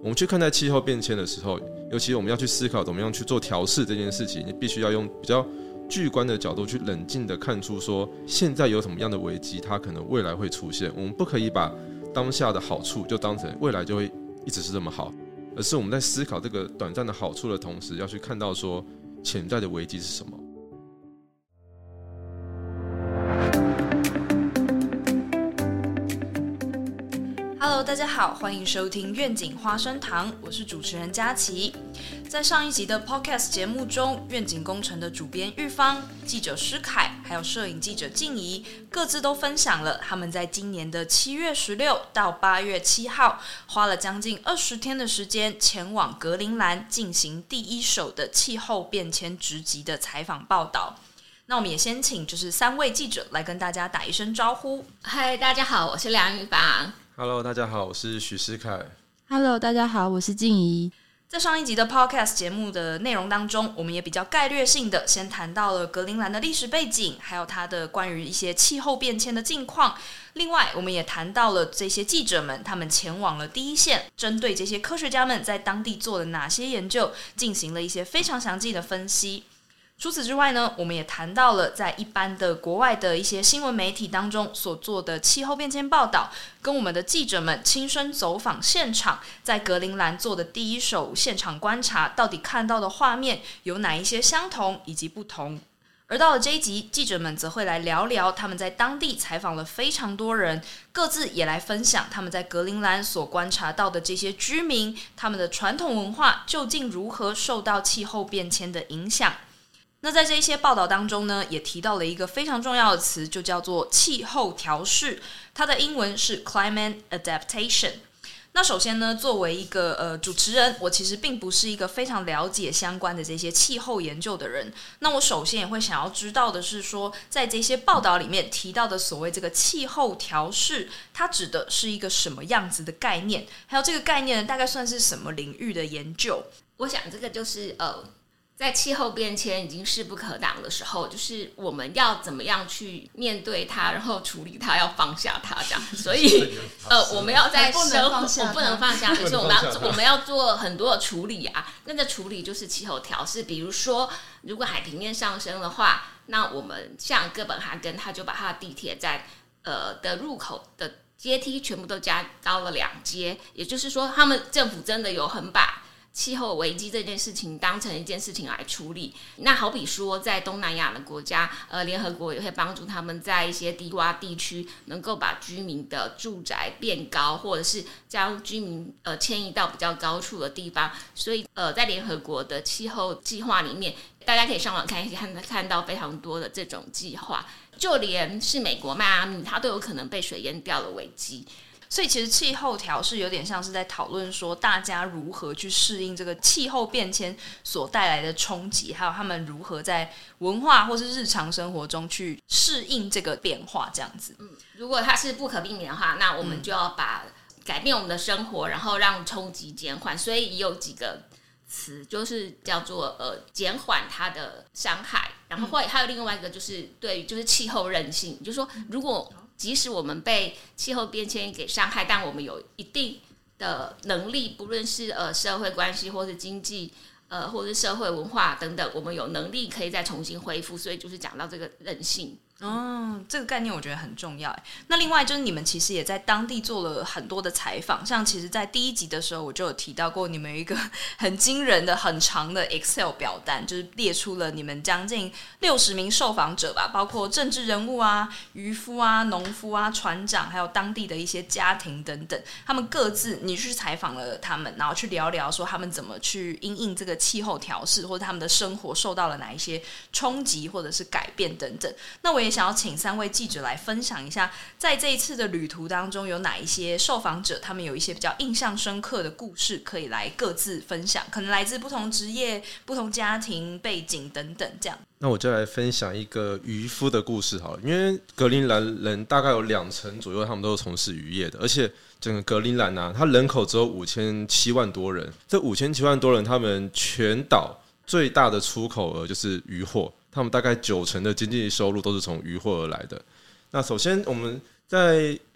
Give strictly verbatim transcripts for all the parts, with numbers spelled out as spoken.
我们去看待气候变迁的时候，尤其我们要去思考怎么样去做调试这件事情，你必须要用比较巨观的角度去冷静的看出说现在有什么样的危机，它可能未来会出现。我们不可以把当下的好处就当成未来就会一直是这么好，而是我们在思考这个短暂的好处的同时，要去看到说潜在的危机是什么。 Hello， 大家好，欢迎收听愿景花生堂，我是主持人佳琪。在上一集的 Podcast 节目中，愿景工程的主编玉芳、记者施凯，还有摄影记者静怡，各自都分享了他们在今年的七月十六到八月七号，花了将近二十天的时间，前往格陵兰进行第一手的气候变迁直击的采访报道。那我们也先请就是三位记者来跟大家打一声招呼。 嗨，大家好，我是梁玉芳。 Hello， 大家好，我是许诗凯。 Hello， 大家好，我是静怡。 在上一集的 Podcast 节目的内容当中，我们也比较概略性的先谈到了格陵兰的历史背景，还有它的关于一些气候变迁的近况。另外，我们也谈到了这些记者们，他们前往了第一线，针对这些科学家们在当地做了哪些研究，进行了一些非常详细的分析。除此之外呢，我们也谈到了在一般的国外的一些新闻媒体当中所做的气候变迁报道，跟我们的记者们亲身走访现场，在格陵兰做的第一手现场观察，到底看到的画面有哪一些相同以及不同。而到了这一集，记者们则会来聊聊他们在当地采访了非常多人，各自也来分享他们在格陵兰所观察到的这些居民，他们的传统文化究竟如何受到气候变迁的影响。那在这一些报道当中呢，也提到了一个非常重要的词，就叫做气候调试，它的英文是 climate adaptation。那首先呢，作为一个呃主持人，我其实并不是一个非常了解相关的这些气候研究的人。那我首先也会想要知道的是说，在这些报道里面提到的所谓这个气候调试，它指的是一个什么样子的概念？还有这个概念呢，大概算是什么领域的研究？ 我想这个就是呃。在气候变迁已经势不可挡的时候，就是我们要怎么样去面对它，然后处理它，要放下它这样。所以，呃，我们要在生活，我不能放下，就是我们要我们要做很多的处理啊。那个处理就是气候调试，比如说，如果海平面上升的话，那我们像哥本哈根，他就把他的地铁站呃的入口的阶梯全部都加高了两阶，也就是说，他们政府真的有很把气候危机这件事情当成一件事情来处理。那好比说在东南亚的国家，呃，联合国也会帮助他们在一些低洼地区能够把居民的住宅变高，或者是将居民呃迁移到比较高处的地方。所以呃，在联合国的气候计划里面，大家可以上网看一看，看到非常多的这种计划，就连是美国迈阿密，它都有可能被水淹掉的危机。 所以其实气候调试有点像是在讨论说大家如何去适应这个气候变迁所带来的冲击，还有他们如何在文化或是日常生活中去适应这个变化这样子。 嗯，如果它是不可避免的话，那我们就要把改变我们的生活，然后让冲击减缓。所以也有几个词就是叫做呃减缓它的伤害，然后或还有另外一个就是对就是气候韧性，就是说如果即使我们被气候变迁给伤害，但我们有一定的能力，不论是呃社会关系，或是经济，呃，或是社会文化等等，我们有能力可以再重新恢复。所以就是讲到这个韧性。 哦，这个概念我觉得很重要。那另外就是你们其实也在当地做了很多的采访，像其实在第一集的时候我就有提到过，你们有一个很惊人的很长的 Excel 表单，就是列出了你们将近六十名受访者吧，包括政治人物啊、渔夫啊、农夫啊、船长，还有当地的一些家庭等等，他们各自你去采访了他们，然后去聊聊说他们怎么去因应这个气候调试，或者他们的生活受到了哪一些冲击或者是改变等等。那我也想要请三位记者来分享一下，在这一次的旅途当中有哪一些受访者他们有一些比较印象深刻的故事可以来各自分享，可能来自不同职业、不同家庭背景等等这样。 那我就来分享一个渔夫的故事好了，因为格陵兰人大概有两成左右他们都是从事渔业的，而且整个格陵兰啊，它人口只有五千七万多人，这五千七万多人他们全岛最大的出口额就是渔获，他们大概九成的经济收入都是从渔获而来的。那首先我们在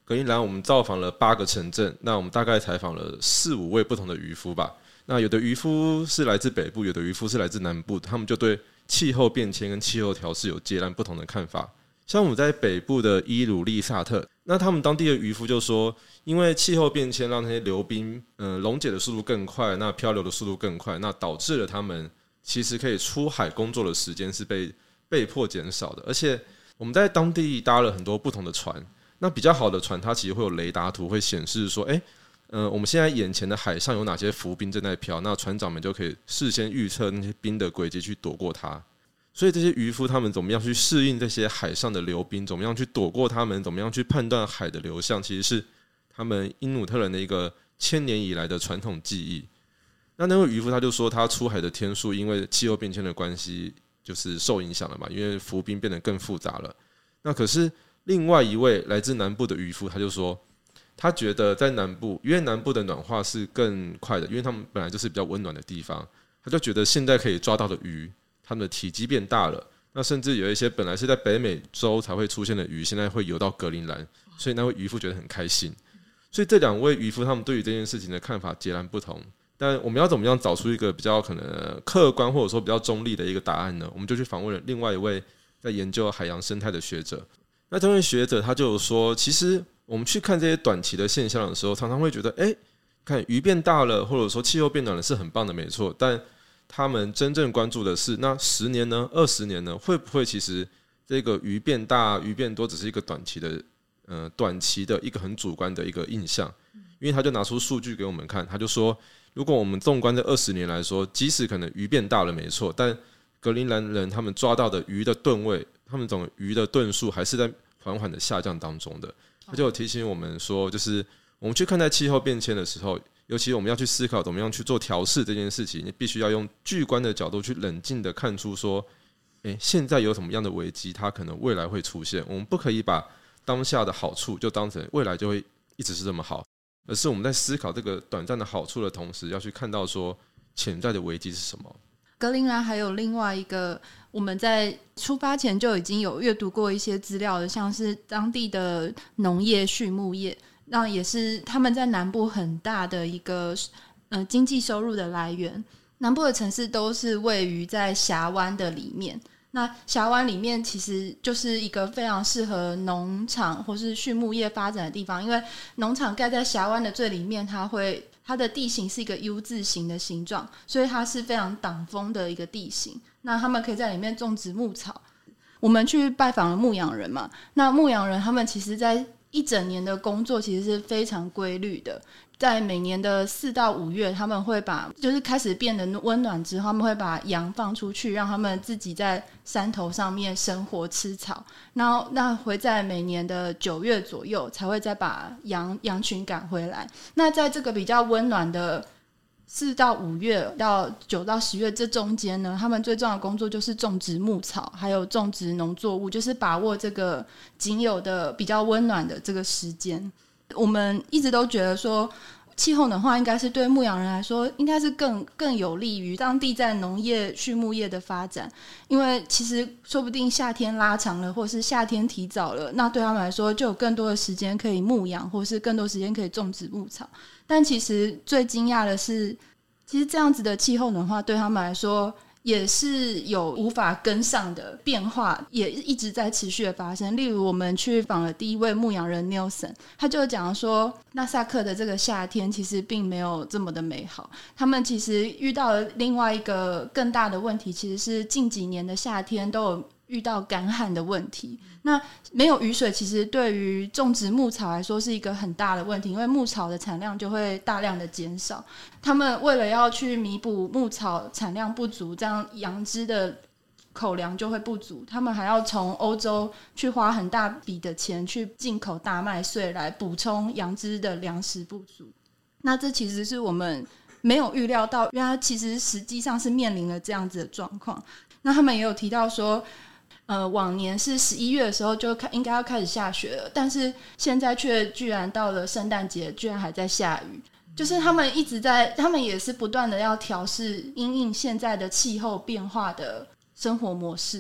格陵兰我们造访了八个城镇，那我们大概采访了四五位不同的渔夫吧。那有的渔夫是来自北部，有的渔夫是来自南部，他们就对气候变迁跟气候调适有截然不同的看法。像我们在北部的伊鲁利萨特，那他们当地的渔夫就说，因为气候变迁让那些流冰呃溶解的速度更快，那漂流的速度更快，那导致了他们其实可以出海工作的时间是被被迫减少的。而且我们在当地搭了很多不同的船，那比较好的船它其实会有雷达图会显示说，哎，呃，我们现在眼前的海上有哪些浮冰正在飘，那船长们就可以事先预测那些冰的轨迹去躲过它。所以这些渔夫他们怎么样去适应这些海上的流冰，怎么样去躲过他们，怎么样去判断海的流向，其实是他们因努特人的一个千年以来的传统技艺。那那位渔夫他就说，他出海的天数因为气候变迁的关系就是受影响了嘛，因为浮冰变得更复杂了。那可是另外一位来自南部的渔夫他就说，他觉得在南部，因为南部的暖化是更快的，因为他们本来就是比较温暖的地方，他就觉得现在可以抓到的鱼它们的体积变大了，那甚至有一些本来是在北美洲才会出现的鱼，现在会游到格陵兰，所以那位渔夫觉得很开心。所以这两位渔夫他们对于这件事情的看法截然不同，但我们要怎么样找出一个比较可能客观或者说比较中立的一个答案呢？我们就去访问了另外一位在研究海洋生态的学者。那这位学者他就有说，其实我们去看这些短期的现象的时候，常常会觉得，哎，看鱼变大了，或者说气候变暖了是很棒的，没错，但他们真正关注的是，那十年呢、二十年呢，会不会其实这个鱼变大、鱼变多只是一个短期的、呃短期的一个很主观的一个印象？因为他就拿出数据给我们看，他就说，如果我们纵观这二十年来说，即使可能鱼变大了，没错，但格陵兰人他们抓到的鱼的吨位，他们总鱼的吨数还是在缓缓的下降当中的。他就有提醒我们说，就是我们去看待气候变迁的时候，尤其我们要去思考怎么样去做调适这件事情，你必须要用巨观的角度去冷静的看出说，欸，现在有什么样的危机，它可能未来会出现。我们不可以把当下的好处就当成未来就会一直是这么好，而是我们在思考这个短暂的好处的同时，要去看到说潜在的危机是什么。 格陵兰还有另外一个，我们在出发前就已经有阅读过一些资料的，像是当地的农业、畜牧业。那也是他们在南部很大的一个呃经济收入的来源。南部的城市都是位于在峡湾的里面，那峡湾里面其实就是一个非常适合农场或是畜牧业发展的地方，因为农场盖在峡湾的最里面，它会它的地形是一个 U 字形的形状，所以它是非常挡风的一个地形。那他们可以在里面种植牧草。我们去拜访了牧羊人嘛，那牧羊人他们其实在一整年的工作其实是非常规律的，在每年的四到五月，他们会把就是开始变得温暖之后，他们会把羊放出去，让他们自己在山头上面生活吃草，然后那会在每年的九月左右才会再把羊羊群赶回来。那在这个比较温暖的四到五月到九到十月这中间呢，他们最重要的工作就是种植牧草，还有种植农作物，就是把握这个仅有的比较温暖的这个时间。我们一直都觉得说，气候暖化应该是对牧羊人来说，应该是更更有利于当地在农业、畜牧业的发展，因为其实说不定夏天拉长了，或是夏天提早了，那对他们来说就有更多的时间可以牧羊，或是更多时间可以种植牧草。但其实最惊讶的是，其实这样子的气候暖化对他们来说也是有无法跟上的变化，也一直在持续的发生。例如我们去访了第一位牧羊人 Nelson， 他就讲说纳萨克的这个夏天其实并没有这么的美好，他们其实遇到了另外一个更大的问题，其实是近几年的夏天都有遇到干旱的问题。那没有雨水其实对于种植牧草来说是一个很大的问题，因为牧草的产量就会大量的减少，他们为了要去弥补牧草产量不足，这样羊只的口粮就会不足，他们还要从欧洲去花很大笔的钱去进口大麦穗来补充羊只的粮食不足。那这其实是我们没有预料到，因为它其实实际上是面临了这样子的状况。那他们也有提到说呃，往年是十一月的时候就应该要开始下雪了，但是现在却居然到了圣诞节居然还在下雨，就是他们一直在，他们也是不断的要调适因应现在的气候变化的生活模式。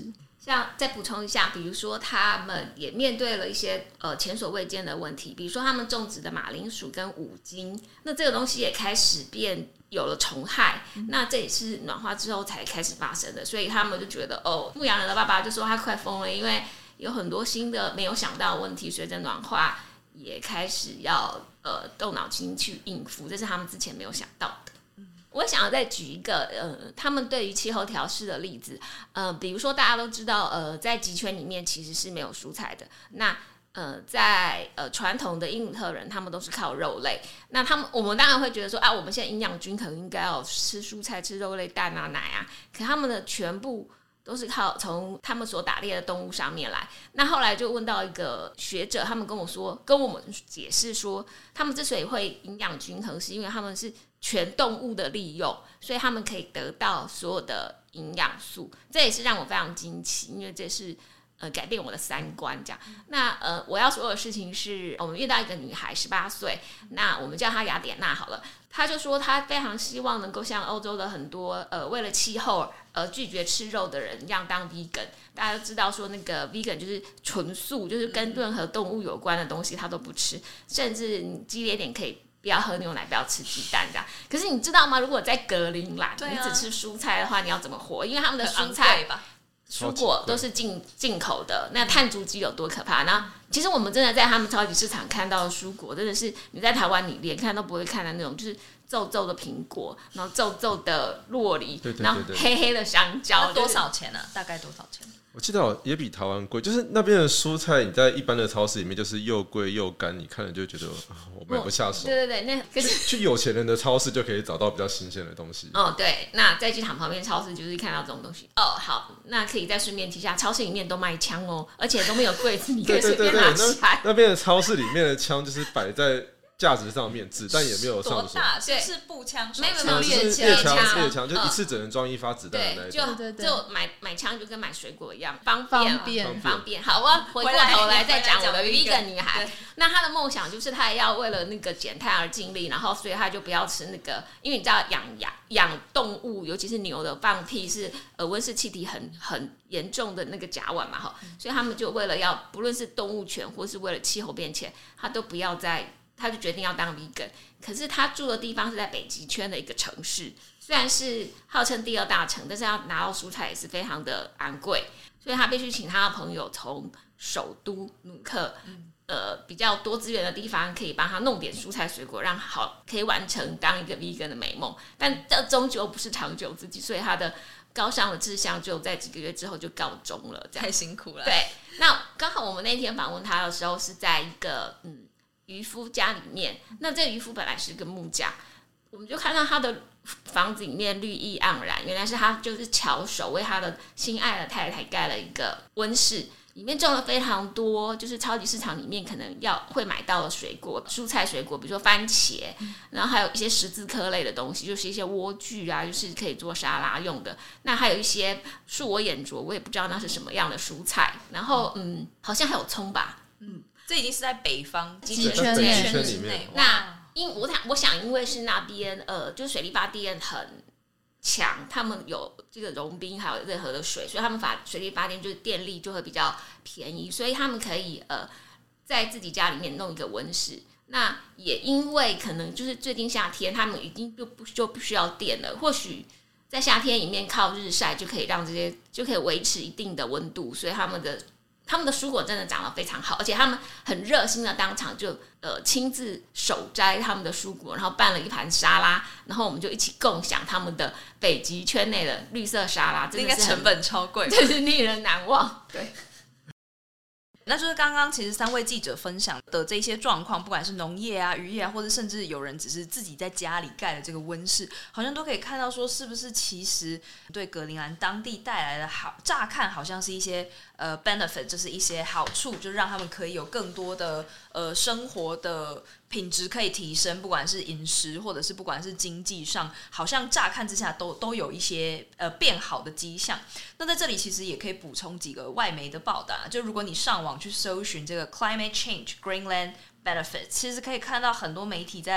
像再补充一下，比如说他们也面对了一些呃前所未见的问题，比如说他们种植的马铃薯跟五金，那这个东西也开始变有了虫害，嗯、那这也是暖化之后才开始发生的，所以他们就觉得哦，牧羊人的爸爸就说他快疯了，因为有很多新的没有想到的问题，随着暖化也开始要呃动脑筋去应付，这是他们之前没有想到的。我想要再举一个呃，他们对于气候调试的例子，呃，比如说大家都知道，呃，在极圈里面其实是没有蔬菜的。那呃，在呃传统的因纽特人，他们都是靠肉类。那他们我们当然会觉得说，啊，我们现在营养均衡，应该要吃蔬菜、吃肉类、蛋啊、奶啊。可他们的全部都是靠从他们所打猎的动物上面来。那后来就问到一个学者，他们跟我说，跟我们解释说，他们之所以会营养均衡，是因为他们是全动物的利用，所以他们可以得到所有的营养素。这也是让我非常惊奇，因为这是呃改变我的三观这样。那呃我要说的事情是，我们遇到一个女孩十八岁，那我们叫她雅典娜好了。她就说她非常希望能够像欧洲的很多呃为了气候而拒绝吃肉的人一样当 vegan。大家都知道说那个 vegan 就是纯素，就是跟任何动物有关的东西她都不吃，甚至你激烈点可以不要喝牛奶，不要吃鸡蛋这样。可是你知道吗？如果在格陵兰，啊、你只吃蔬菜的话，你要怎么活？因为他们的蔬菜、蔬果都是进进口的，那碳足迹有多可怕？那其实我们真的在他们超级市场看到的蔬果，真的是你在台湾你连看都不会看的那种，就是皱皱的苹果，然后皱皱的酪梨， 对对对对， 然后黑黑的香蕉， 多少钱呢、啊？大概多少钱？ 我记得也比台湾贵，就是那边的蔬菜，你在一般的超市里面就是又贵又干，你看了就觉得、啊、我买不下手。 对对对，那可是去有钱人的超市就可以找到比较新鲜的东西。 哦，对，那在机场旁边超市就是看到这种东西。哦，好，那可以再顺便提一下，超市里面都卖枪哦，而且都没有柜子，你可以随便拿起来。 那边的超市里面的枪就是摆在架子上面，子弹也没有上锁， 是是步枪， 没有没有猎枪，猎枪就一次只能装一发子弹的那一种。 对对对， 就买买枪就跟买水果一样，方便便方便。好，我回过头来再讲我的一个女孩。那她的梦想就是她也要为了那个减碳而尽力，然后所以她就不要吃那个，因为你知道养养养动物，尤其是牛的放屁是呃温室气体很很严重的那个甲烷嘛哈，所以他们就为了要不论是动物权或是为了气候变迁，她都不要再。他就决定要当 vegan， 可是他住的地方是在北极圈的一个城市，虽然是号称第二大城，但是要拿到蔬菜也是非常的昂贵，所以他必须请他的朋友从首都努克，呃比较多资源的地方，可以帮他弄点蔬菜水果，让好可以完成当一个 vegan 的美梦。但这终究不是长久之计，所以他的高尚的志向就在几个月之后就告终了。这样太辛苦了。 对，那刚好我们那天访问他的时候是在一个嗯。渔夫家里面，那这个渔夫本来是个木匠，我们就看到他的房子里面绿意盎然，原来是他就是巧手为他的心爱的太太盖了一个温室，里面种了非常多就是超级市场里面可能要会买到的水果，蔬菜水果，比如说番茄，然后还有一些十字科类的东西，就是一些莴苣啊，就是可以做沙拉用的。那还有一些恕我眼拙，我也不知道那是什么样的蔬菜，然后嗯，好像还有葱吧，嗯。 这已经是在北方极圈之内。 那因我想，我想因为是那边呃，就是水力发电很强，他们有这个融冰，还有任何的水，所以他们发水力发电就是电力就会比较便宜，所以他们可以呃在自己家里面弄一个温室。那也因为可能就是最近夏天，他们已经就不就不需要电了，或许在夏天里面靠日晒就可以让这些就可以维持一定的温度，所以他们的。他们的蔬果真的长得非常好，而且他们很热心的当场就呃亲自手摘他们的蔬果，然后拌了一盘沙拉，然后我们就一起共享他们的北极圈内的绿色沙拉，真的是应该成本超贵， 真是令人难忘。对。 那就是刚刚其实三位记者分享的这些状况，不管是农业啊、渔业啊，或者甚至有人只是自己在家里盖的这个温室，好像都可以看到说，是不是其实对格陵兰当地带来的好，乍看好像是一些呃 benefit， 就是一些好处，就让他们可以有更多的呃生活的品质可以提升，不管是饮食或者是不管是经济上，好像乍看之下都都有一些呃变好的迹象。那在这里其实也可以补充几个外媒的报道，就如果你上网去搜寻这个 climate change Greenland benefits， 其实可以看到很多媒体在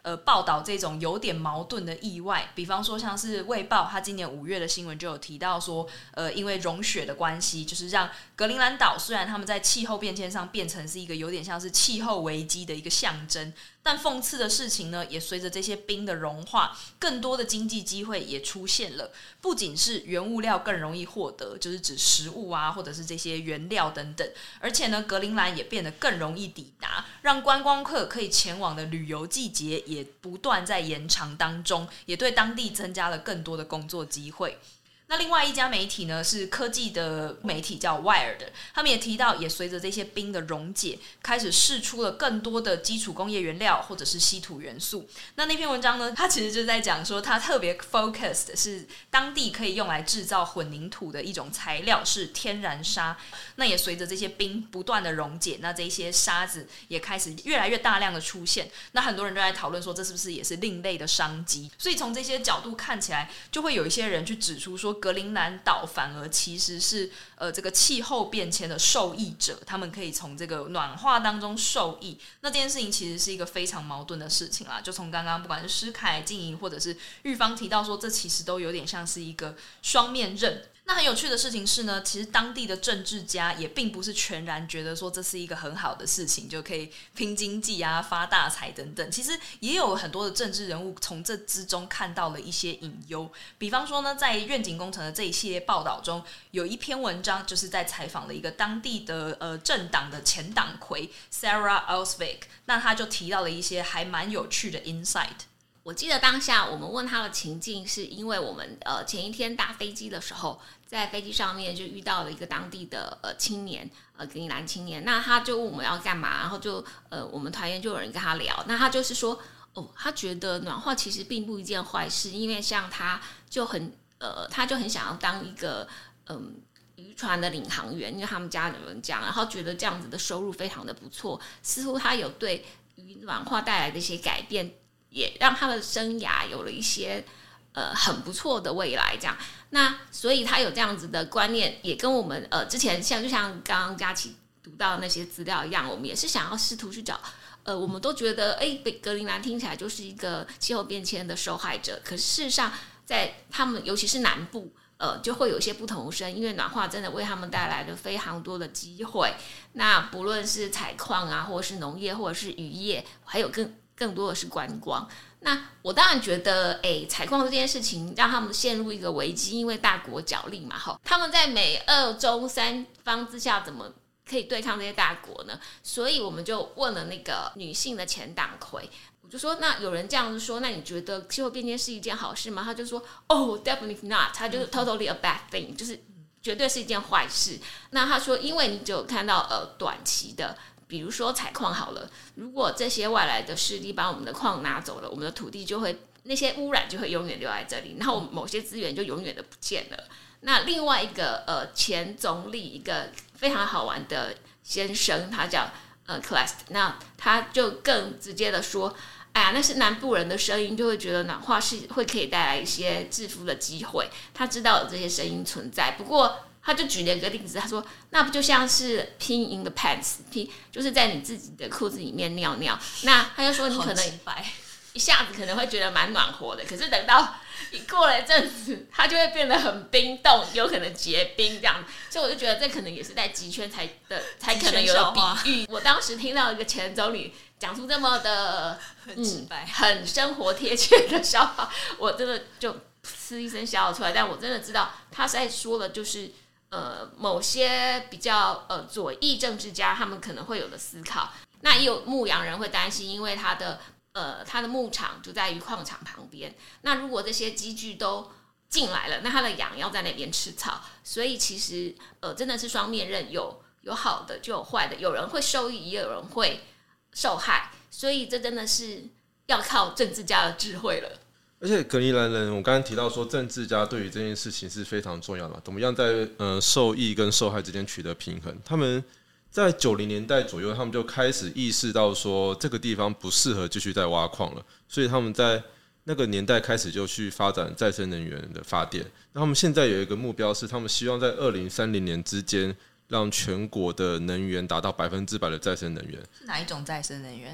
呃报道这种有点矛盾的意外，比方说像是《卫报》，它今年五月的新闻就有提到说，呃，因为融雪的关系，就是让格陵兰岛虽然他们在气候变迁上变成是一个有点像是气候危机的一个象征，但讽刺的事情呢，也随着这些冰的融化，更多的经济机会也出现了。不仅是原物料更容易获得，就是指食物啊，或者是这些原料等等，而且呢，格陵兰也变得更容易抵达，让观光客可以前往的旅游季节也不断在延长当中，也对当地增加了更多的工作机会。那另外一家媒体呢，是科技的媒体叫 Wired， 他们也提到，也随着这些冰的溶解，开始释出了更多的基础工业原料或者是稀土元素。那那篇文章呢，它其实就在讲说，它特别 focused 是当地可以用来制造混凝土的一种材料是天然砂。那也随着这些冰不断的溶解，那这些沙子也开始越来越大量的出现。那很多人都在讨论说，这是不是也是另类的商机？所以从这些角度看起来，就会有一些人去指出说，格陵兰岛反而其实是呃这个气候变迁的受益者，他们可以从这个暖化当中受益。那这件事情其实是一个非常矛盾的事情啦，就从刚刚不管是诗凯、静莹或者是玉芳提到说，这其实都有点像是一个双面刃。那很有趣的事情是呢，其实当地的政治家也并不是全然觉得说这是一个很好的事情，就可以拼经济啊、发大财等等。其实也有很多的政治人物从这之中看到了一些隐忧。比方说呢，在愿景工程的这一系列报道中，有一篇文章就是在采访了一个当地的呃政党的前党魁 Sarah Alsvik， 那他就提到了一些还蛮有趣的 insight。 我记得当下我们问他的情境，是因为我们呃前一天搭飞机的时候，在飞机上面就遇到了一个当地的呃青年，呃格陵兰青年，那他就问我们要干嘛，然后就呃我们团员就有人跟他聊，那他就是说，哦，他觉得暖化其实并不一件坏事，因为像他就很呃他就很想要当一个嗯。渔船的领航员，因为他们家有人讲，然后觉得这样子的收入非常的不错，似乎他有对于暖化带来的一些改变，也让他的生涯有了一些呃很不错的未来。这样，那所以他有这样子的观念，也跟我们呃之前像就像刚刚佳琪读到的那些资料一样，我们也是想要试图去找。呃，我们都觉得，哎，格陵兰听起来就是一个气候变迁的受害者，可是事实上，在他们尤其是南部。呃，就会有一些不同声，因为暖化真的为他们带来了非常多的机会。那不论是采矿啊，或者是农业，或者是渔业，还有更更多的是观光。那我当然觉得，哎，采矿这件事情让他们陷入一个危机，因为大国角力嘛，哈，他们在美、俄、中三方之下怎么可以对抗这些大国呢？所以我们就问了那个女性的前党魁。我就说，那有人这样子说，那你觉得气候变迁是一件好事吗？他就说，哦 ，definitely not， 他就是 totally a bad thing， 就是绝对是一件坏事。那他说，因为你只有看到呃短期的，比如说采矿好了，如果这些外来的势力把我们的矿拿走了，我们的土地就会那些污染就会永远留在这里，然后某些资源就永远的不见了。那另外一个呃前总理一个非常好玩的先生，他叫呃 Klast， 那他就更直接的说。哎呀，那是南部人的声音，就会觉得暖化是会可以带来一些致富的机会。他知道有这些声音存在，不过他就举了一个例子，他说那不就像是 pee in the pants， pee 就是在你自己的裤子里面尿尿。那他就说你可能一下子可能会觉得蛮暖和的，可是等到你过了一阵子，它就会变得很冰冻，有可能结冰这样。所以我就觉得这可能也是在极圈才的才可能有的比喻。我当时听到一个前总理讲出这么的很直白、 嗯、很生活贴切的笑话，我真的就噗一声笑了出来。但我真的知道他在说的就是呃某些比较呃左翼政治家他们可能会有的思考。那也有牧羊人会担心，因为他的呃他的牧场就在于矿场旁边，那如果这些机具都进来了，那他的羊要在那边吃草，所以其实呃真的是双面刃，有有好的就有坏的，有人会受益，也有人会受害，所以这真的是要靠政治家的智慧了。 而且格陵兰人，我刚刚提到说，政治家对于这件事情是非常重要的，怎么样在呃受益跟受害之间取得平衡。他们在九零年代左右，他们就开始意识到说，这个地方不适合继续再挖矿了，所以他们在那个年代开始就去发展再生能源的发电。那他们现在有一个目标是，他们希望在二零三零年之间，让全国的能源达到百分之百的再生能源。 是哪一种再生能源？ 呃，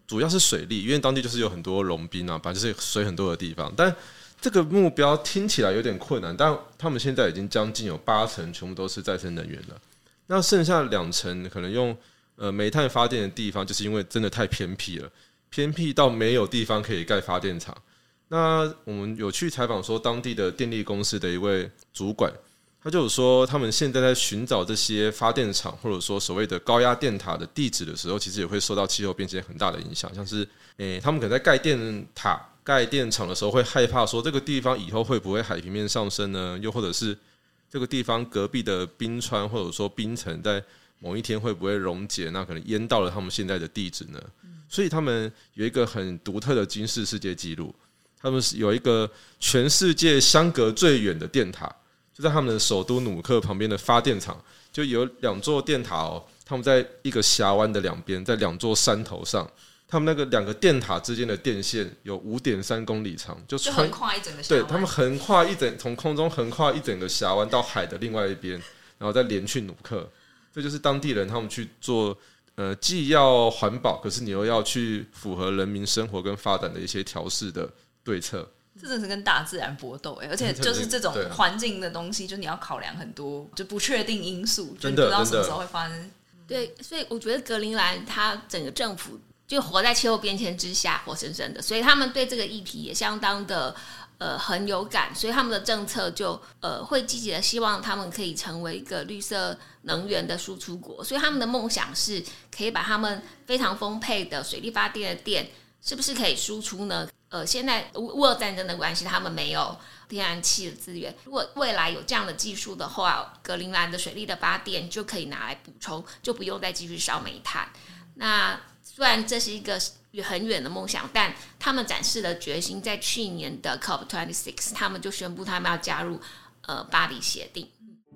主要是水利，因为当地就是有很多溶冰啊，反正就是水很多的地方。但这个目标听起来有点困难，但他们现在已经将近有八成全部都是再生能源了。那剩下两成可能用呃煤炭发电的地方，就是因为真的太偏僻了，偏僻到没有地方可以盖发电厂。那我们有去采访说当地的电力公司的一位主管，他就有说他们现在在寻找这些发电厂或者说所谓的高压电塔的地址的时候，其实也会受到气候变迁很大的影响，像是诶、欸、他们可能在盖电塔盖电厂的时候会害怕说这个地方以后会不会海平面上升呢？又或者是这个地方隔壁的冰川或者说冰层在某一天会不会溶解，那可能淹到了他们现在的地址呢？所以他们有一个很独特的金氏世界纪录，他们有一个全世界相隔最远的电塔，就在他们的首都努克旁边的发电厂，就有两座电塔哦，他们在一个峡湾的两边，在两座山头上。他们那个两个电塔之间的电线有 五点三公里长，就横跨一整个峡湾。 对，他们横跨一整，从空中横跨一整个峡湾到海的另外一边，然后再连去努克。这就是当地人他们去做，呃，既要环保，可是你又要去符合人民生活跟发展的一些调适的对策。 这真的是跟大自然搏斗哎，而且就是这种环境的东西，就你要考量很多就不确定因素，就你不知道什么时候会发生。 对，所以我觉得格陵兰它整个政府就活在气候变迁之下，活生生的，所以他们对这个议题也相当的呃很有感，所以他们的政策就呃会积极的希望他们可以成为一个绿色能源的输出国，所以他们的梦想是可以把他们非常丰沛的水力发电的电是不是可以输出呢？呃，现在乌俄战争的关系，他们没有天然气的资源。如果未来有这样的技术的话，格陵兰的水力的发电就可以拿来补充，就不用再继续烧煤炭。那虽然这是一个很远的梦想，但他们展示了决心。在去年的 C O P 二十六， 他们就宣布他们要加入呃巴黎协定。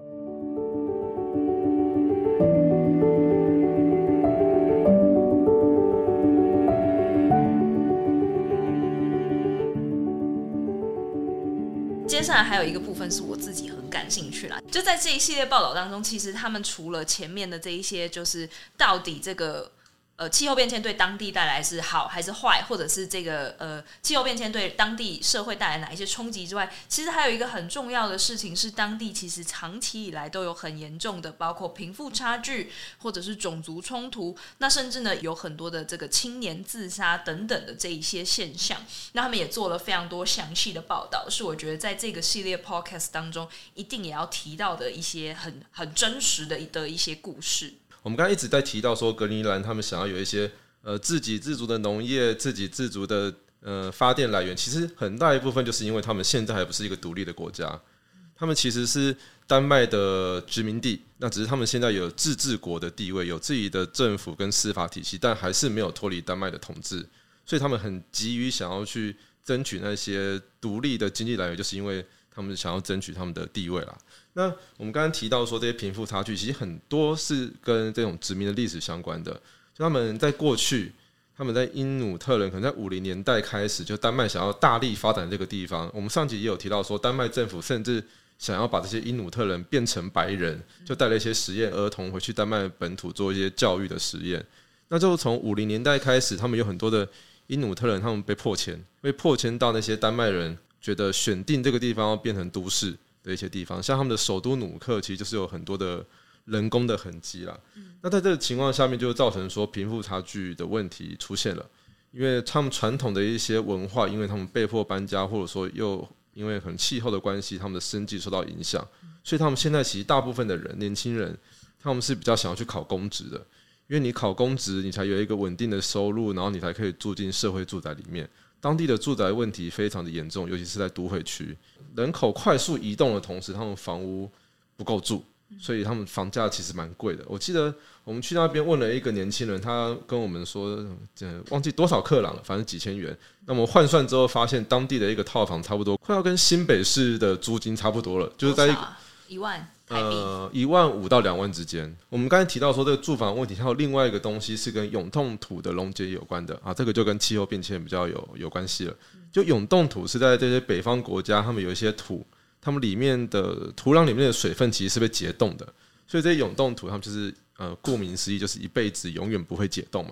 接下来还有一个部分是我自己很感兴趣啦，就在这一系列报道当中，其实他们除了前面的这一些，就是到底这个呃气候变迁对当地带来是好还是坏，或者是这个呃气候变迁对当地社会带来哪一些冲击之外，其实还有一个很重要的事情是，当地其实长期以来都有很严重的，包括贫富差距或者是种族冲突，那甚至呢有很多的这个青年自杀等等的这一些现象。那他们也做了非常多详细的报道，是我觉得在这个系列 podcast 当中一定也要提到的一些很很真实的的一些故事。 我们刚才一直在提到说，格陵兰他们想要有一些呃自给自足的农业、自给自足的呃发电来源，其实很大一部分就是因为他们现在还不是一个独立的国家，他们其实是丹麦的殖民地，那只是他们现在有自治国的地位，有自己的政府跟司法体系，但还是没有脱离丹麦的统治，所以他们很急于想要去争取那些独立的经济来源，就是因为他们想要争取他们的地位啦。那我们刚刚提到说，这些贫富差距其实很多是跟这种殖民的历史相关的。就他们在过去，他们在因努特人可能在五零年代开始，就丹麦想要大力发展这个地方。我们上集也有提到说，丹麦政府甚至想要把这些因努特人变成白人，就带了一些实验儿童回去丹麦本土做一些教育的实验。那就从五零年代开始，他们有很多的因努特人，他们被迫迁，被迫迁到那些丹麦人觉得选定这个地方要变成都市的一些地方，像他们的首都努克其实就是有很多的人工的痕迹啦、嗯、那在这个情况下面就造成说贫富差距的问题出现了，因为他们传统的一些文化，因为他们被迫搬家，或者说又因为可能气候的关系，他们的生计受到影响，所以他们现在其实大部分的人年轻人他们是比较想要去考公职的，因为你考公职你才有一个稳定的收入，然后你才可以住进社会住宅里面。当地的住宅问题非常的严重，尤其是在都会区，人口快速移动的同时，他们房屋不够住，所以他们房价其实蛮贵的。我记得我们去那边问了一个年轻人，他跟我们说、呃、忘记多少克朗了，反正几千元。那么换算之后发现，当地的一个套房差不多快要跟新北市的租金差不多了，就是在一个一万台币， 呃，一万五到两万之间。我们刚才提到说这个住房问题，还有另外一个东西是跟永冻土的溶解有关的啊，这个就跟气候变迁比较有有关系了。就永冻土是在这些北方国家，他们有一些土，他们里面的土壤里面的水分其实是被解冻的，所以这些永冻土他们就是呃，顾名思义就是一辈子永远不会解冻嘛。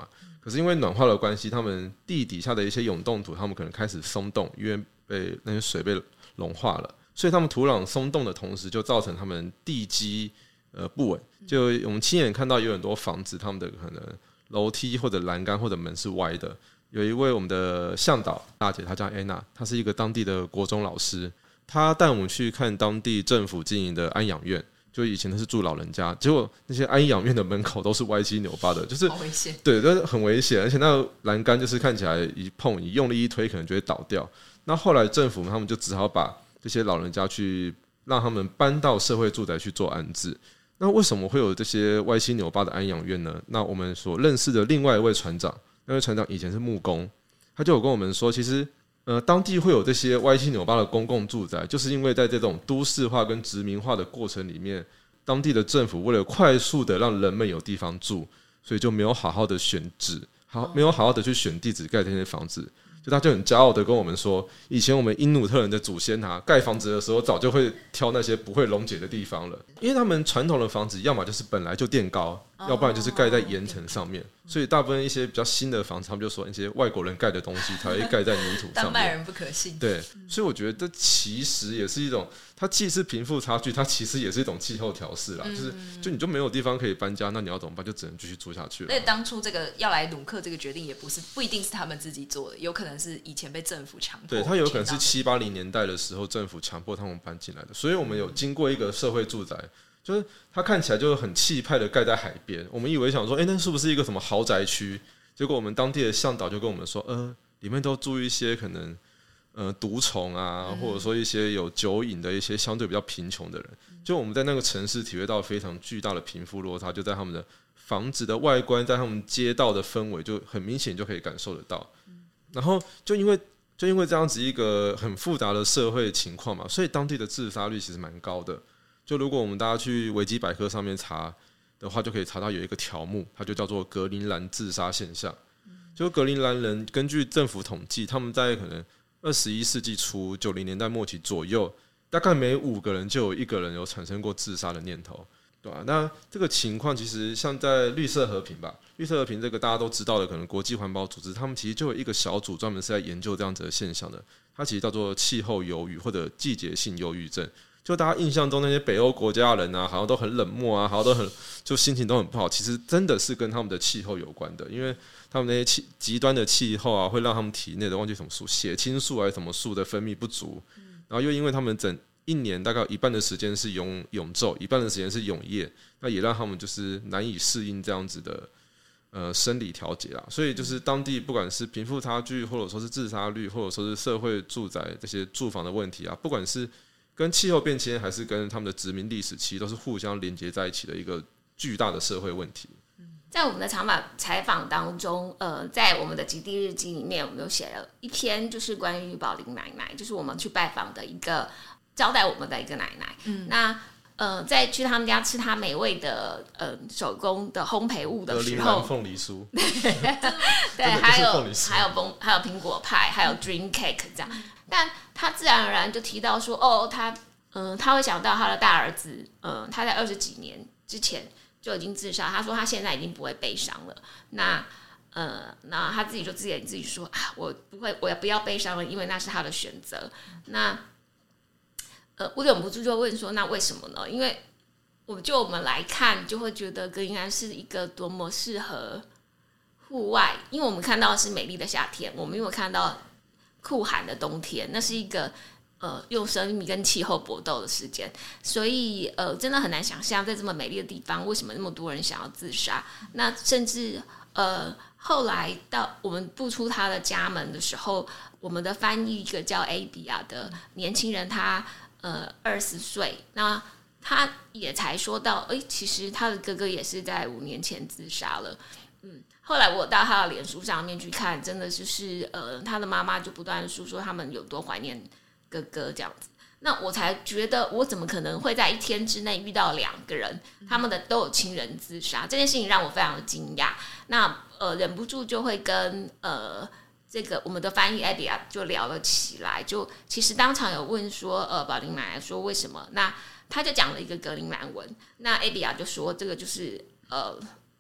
可是因为暖化的关系，他们地底下的一些永冻土，他们可能开始松动，因为被那些水被融化了，所以他们土壤松动的同时，就造成他们地基呃不稳。就我们亲眼看到有很多房子，他们的可能楼梯或者栏杆或者门是歪的。有一位我们的向导大姐，她叫 Anna， 她是一个当地的国中老师，她带我们去看当地政府经营的安养院。就以前都是住老人家，结果那些安养院的门口都是歪七扭八的，就是好危险。 对，都很危险，而且那个栏杆就是看起来一碰，你用力一推，可能就会倒掉。那后来政府他们就只好把这些老人家去让他们搬到社会住宅去做安置。那为什么会有这些歪七扭八的安养院呢？那我们所认识的另外一位船长，那位船长以前是木工，他就有跟我们说，其实。呃，当地会有这些歪七扭八的公共住宅，就是因为在这种都市化跟殖民化的过程里面，当地的政府为了快速的让人们有地方住，所以就没有好好的选址，好没有好好的去选地址盖这些房子。就他就很骄傲的跟我们说，以前我们因努特人的祖先啊，盖房子的时候早就会挑那些不会溶解的地方了，因为他们传统的房子要么就是本来就垫高，要不然就是盖在岩层上面，所以大部分一些比较新的房子，他们就说一些外国人盖的东西才会盖在泥土上面。 丹麦人不可信。 对，所以我觉得这其实也是一种，它既是贫富差距，它其实也是一种气候调试啦。嗯、就是就你就没有地方可以搬家，那你要怎么办？就只能继续住下去了。 而且当初这个要来努克这个决定也不是不一定是他们自己做的，有可能是以前被政府强迫。 对，它有可能是七八零年代的时候政府强迫他们搬进来的，所以我们有经过一个社会住宅。就是它看起来就很气派的盖在海边，我们以为想说，哎、欸，那是不是一个什么豪宅区？结果我们当地的向导就跟我们说，呃，里面都住一些可能呃毒虫啊，或者说一些有酒瘾的一些相对比较贫穷的人。就我们在那个城市体会到非常巨大的贫富落差，就在他们的房子的外观，在他们街道的氛围，就很明显就可以感受得到。然后就因为就因为这样子一个很复杂的社会情况嘛，所以当地的自杀率其实蛮高的。就如果我们大家去维基百科上面查的话，就可以查到有一个条目，它就叫做格陵兰自杀现象。就格陵兰人根据政府统计，他们在可能二十一世纪初九零年代末期左右，大概每五个人就有一个人有产生过自杀的念头，对吧、啊？那这个情况其实像在绿色和平吧，绿色和平这个大家都知道的，可能国际环保组织，他们其实就有一个小组专门是在研究这样子的现象的，它其实叫做气候忧郁或者季节性忧郁症。就大家印象中那些北欧国家的人啊，好像都很冷漠啊，好像都很就心情都很不好。其实真的是跟他们的气候有关的，因为他们那些气极端的气候啊，会让他们体内的忘记什么素，血清素还是什么素的分泌不足。然后又因为他们整一年大概有一半的时间是永永昼，一半的时间是永夜，那也让他们就是难以适应这样子的呃生理调节啦。所以就是当地不管是贫富差距，或者说是自杀率，或者说是社会住宅这些住房的问题啊，不管是跟气候变迁还是跟他们的殖民历史，其实都是互相连接在一起的一个巨大的社会问题。 在我们的采访采访当中，呃，在我们的极地日记里面，我们有写了一篇，就是关于宝玲奶奶，就是我们去拜访的一个招待我们的一个奶奶。嗯，那呃，在去他们家吃她美味的呃手工的烘焙物的时候， 凤梨酥， 对，还有还有崩还有苹果派，还有 dream cake 这样。但他自然而然就提到说，哦，他嗯、呃，他会想到他的大儿子，嗯、呃，他在二十几年之前就已经自杀。他说他现在已经不会悲伤了。那呃，那他自己就自己自己说啊，我不会，我也不要悲伤了，因为那是他的选择。那呃，我忍不住就问说，那为什么呢？因为我就我们来看，就会觉得格陵兰是一个多么适合户外，因为我们看到的是美丽的夏天，我们没有看到酷寒的冬天，那是一个呃用生命跟气候搏斗的时间，所以呃真的很难想象在这么美丽的地方，为什么那么多人想要自杀？那甚至呃后来到我们步出他的家门的时候，我们的翻译一个叫 A B 啊的年轻人，他呃二十岁，那他也才说到，哎，其实他的哥哥也是在五年前自杀了。嗯，后来我到他的脸书上面去看，真的就是呃，他的妈妈就不断的诉说他们有多怀念哥哥这样子。那我才觉得，我怎么可能会在一天之内遇到两个人，他们的都有亲人自杀？这件事情让我非常的惊讶。那呃，忍不住就会跟呃这个我们的翻译 Abby 啊就聊了起来，就其实当场有问说，呃，宝玲奶奶说为什么？那他就讲了一个格陵兰文，那 Abby 啊就说这个就是呃。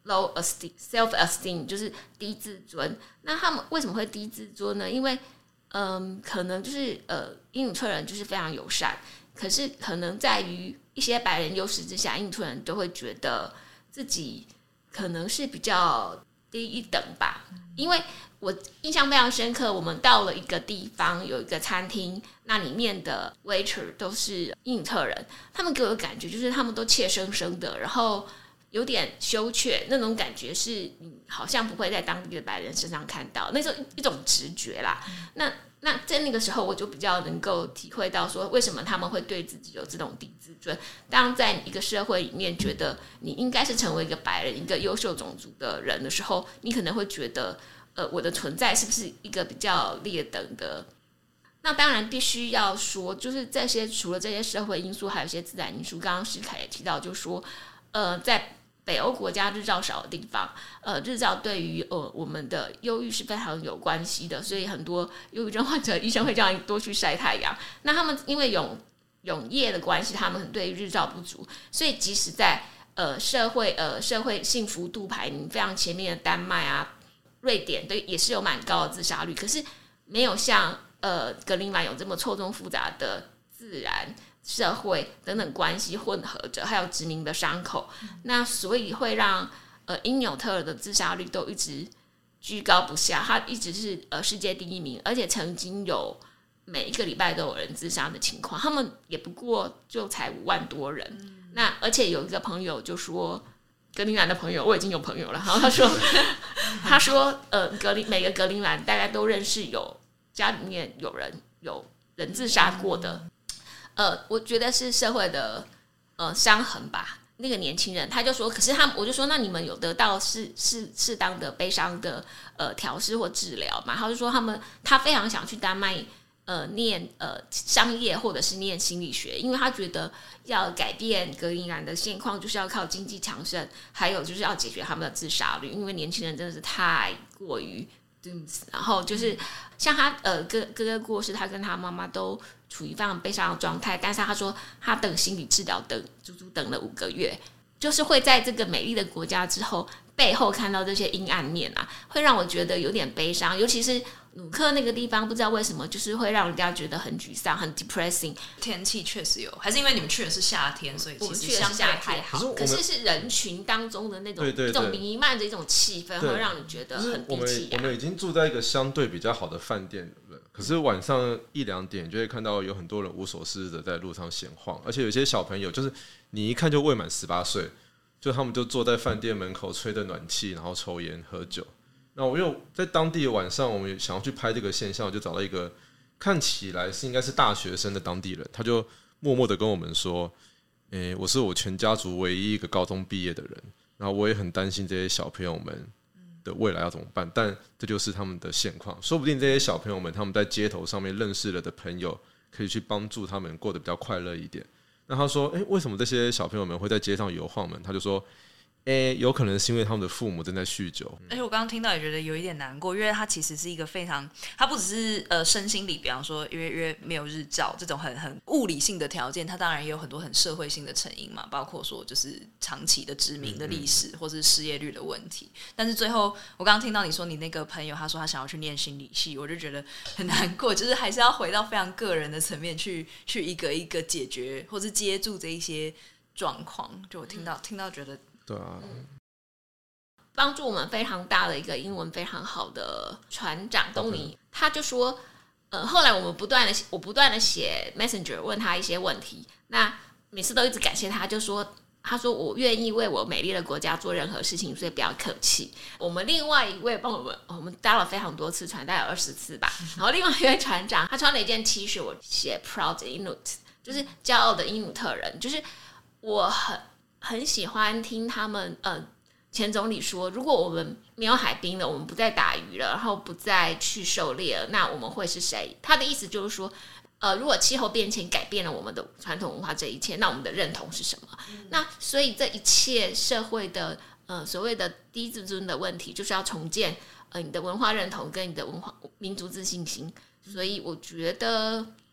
low esteem self esteem， 就是低自尊。那他们为什么会低自尊呢？因为嗯，可能就是呃，因纽特人就是非常友善，可是可能在于一些白人优势之下，因纽特人都会觉得自己可能是比较低一等吧。因为我印象非常深刻，我们到了一个地方，有一个餐厅，那里面的 waiter 都是因纽特人，他们给我的感觉就是他们都怯生生的，然后有点羞怯，那种感觉是你好像不会在当地的白人身上看到，那种一种直觉啦。那那在那个时候，我就比较能够体会到说，为什么他们会对自己有这种低自尊。当在一个社会里面，觉得你应该是成为一个白人、一个优秀种族的人的时候，你可能会觉得，呃，我的存在是不是一个比较劣等的？那当然必须要说，就是这些除了这些社会因素，还有一些自然因素。刚刚史凯也提到，就是说，呃，在北欧国家日照少的地方，呃，日照对于呃我们的忧郁是非常有关系的，所以很多忧郁症患者医生会叫你多去晒太阳。那他们因为永永夜的关系，他们对日照不足，所以即使在呃社会呃社会幸福度排名非常前面的丹麦啊、瑞典，对也是有蛮高的自杀率，可是没有像呃格陵兰有这么错综复杂的自然、社会等等关系混合着，还有殖民的伤口，那所以会让呃因纽特尔的自杀率都一直居高不下，他一直是呃世界第一名，而且曾经有每一个礼拜都有人自杀的情况，他们也不过就才五万多人，嗯、那而且有一个朋友就说，格陵兰的朋友，我已经有朋友了，然后他说他说呃格陵每个格陵兰大概都认识有家里面有人有人自杀过的。嗯呃，我觉得是社会的呃伤痕吧。那个年轻人他就说，可是他我就说，那你们有得到适适适当的悲伤的呃调试或治疗嘛？他就说他们他非常想去丹麦呃念呃商业或者是念心理学，因为他觉得要改变格陵兰的现况，就是要靠经济强盛，还有就是要解决他们的自杀率，因为年轻人真的是太过于。然后就是像他呃哥哥哥过世，他跟他妈妈都处于非常悲伤的状态，但是他说他等心理治疗等足足等了五个月，就是会在这个美丽的国家之后背后看到这些阴暗面啊，会让我觉得有点悲伤，尤其是努克那个地方，不知道为什么就是会让人家觉得很沮丧，很 depressing。 天气确实有，还是因为你们去的是夏天，所以其实相对还好。 可是是人群当中的那种对对对一种弥漫着一种气氛，会让你觉得很低气压。 我们我们已经住在一个相对比较好的饭店了，可是晚上一两点就会看到有很多人无所事事的在路上闲晃，而且有些小朋友就是你一看就未满十八岁，就他们就坐在饭店门口吹着暖气，然后抽烟喝酒。那我又在当地的晚上，我们想要去拍这个现象，我就找到一个看起来是应该是大学生的当地人，他就默默的跟我们说：“诶、欸，我是我全家族唯一一个高中毕业的人，然后我也很担心这些小朋友们的未来要怎么办，但这就是他们的现况。说不定这些小朋友们他们在街头上面认识了的朋友，可以去帮助他们过得比较快乐一点。”那他说：“诶、欸，为什么这些小朋友们会在街上游晃呢？”他就说。诶、欸，有可能是因为他们的父母正在酗酒。 而且我刚刚听到也觉得有一点难过，因为它其实是一个非常，它不只是呃身心理，比方说因为因为没有日照这种很很物理性的条件，它当然也有很多很社会性的成因嘛，包括说就是长期的殖民的历史，嗯、或是失业率的问题。但是最后我刚刚听到你说你那个朋友他说他想要去念心理系，我就觉得很难过，就是还是要回到非常个人的层面去去一个一个解决或是接住这一些状况。就我听到、嗯、听到觉得。 对啊， 帮助我们非常大的一个英文非常好的船长东尼，他就说，呃，后来我们不断的我不断的写 Messenger 问他一些问题，那每次都一直感谢他，就说他说我愿意为我美丽的国家做任何事情，所以不要客气。我们另外一位帮我们，我们搭了非常多次船，大概有二十次吧。然后另外一位船长，他穿了一件 T 恤，我写 Proud Inuit， 就是骄傲的因纽特人，就是我很。很喜欢听他们呃前总理说，如果我们没有海滨了，我们不再打鱼了，然后不再去狩猎了，那我们会是谁？他的意思就是说，呃，如果气候变迁改变了我们的传统文化这一切，那我们的认同是什么？嗯、那所以这一切社会的呃所谓的低自尊的问题，就是要重建呃你的文化认同跟你的文化民族自信心。所以我觉得。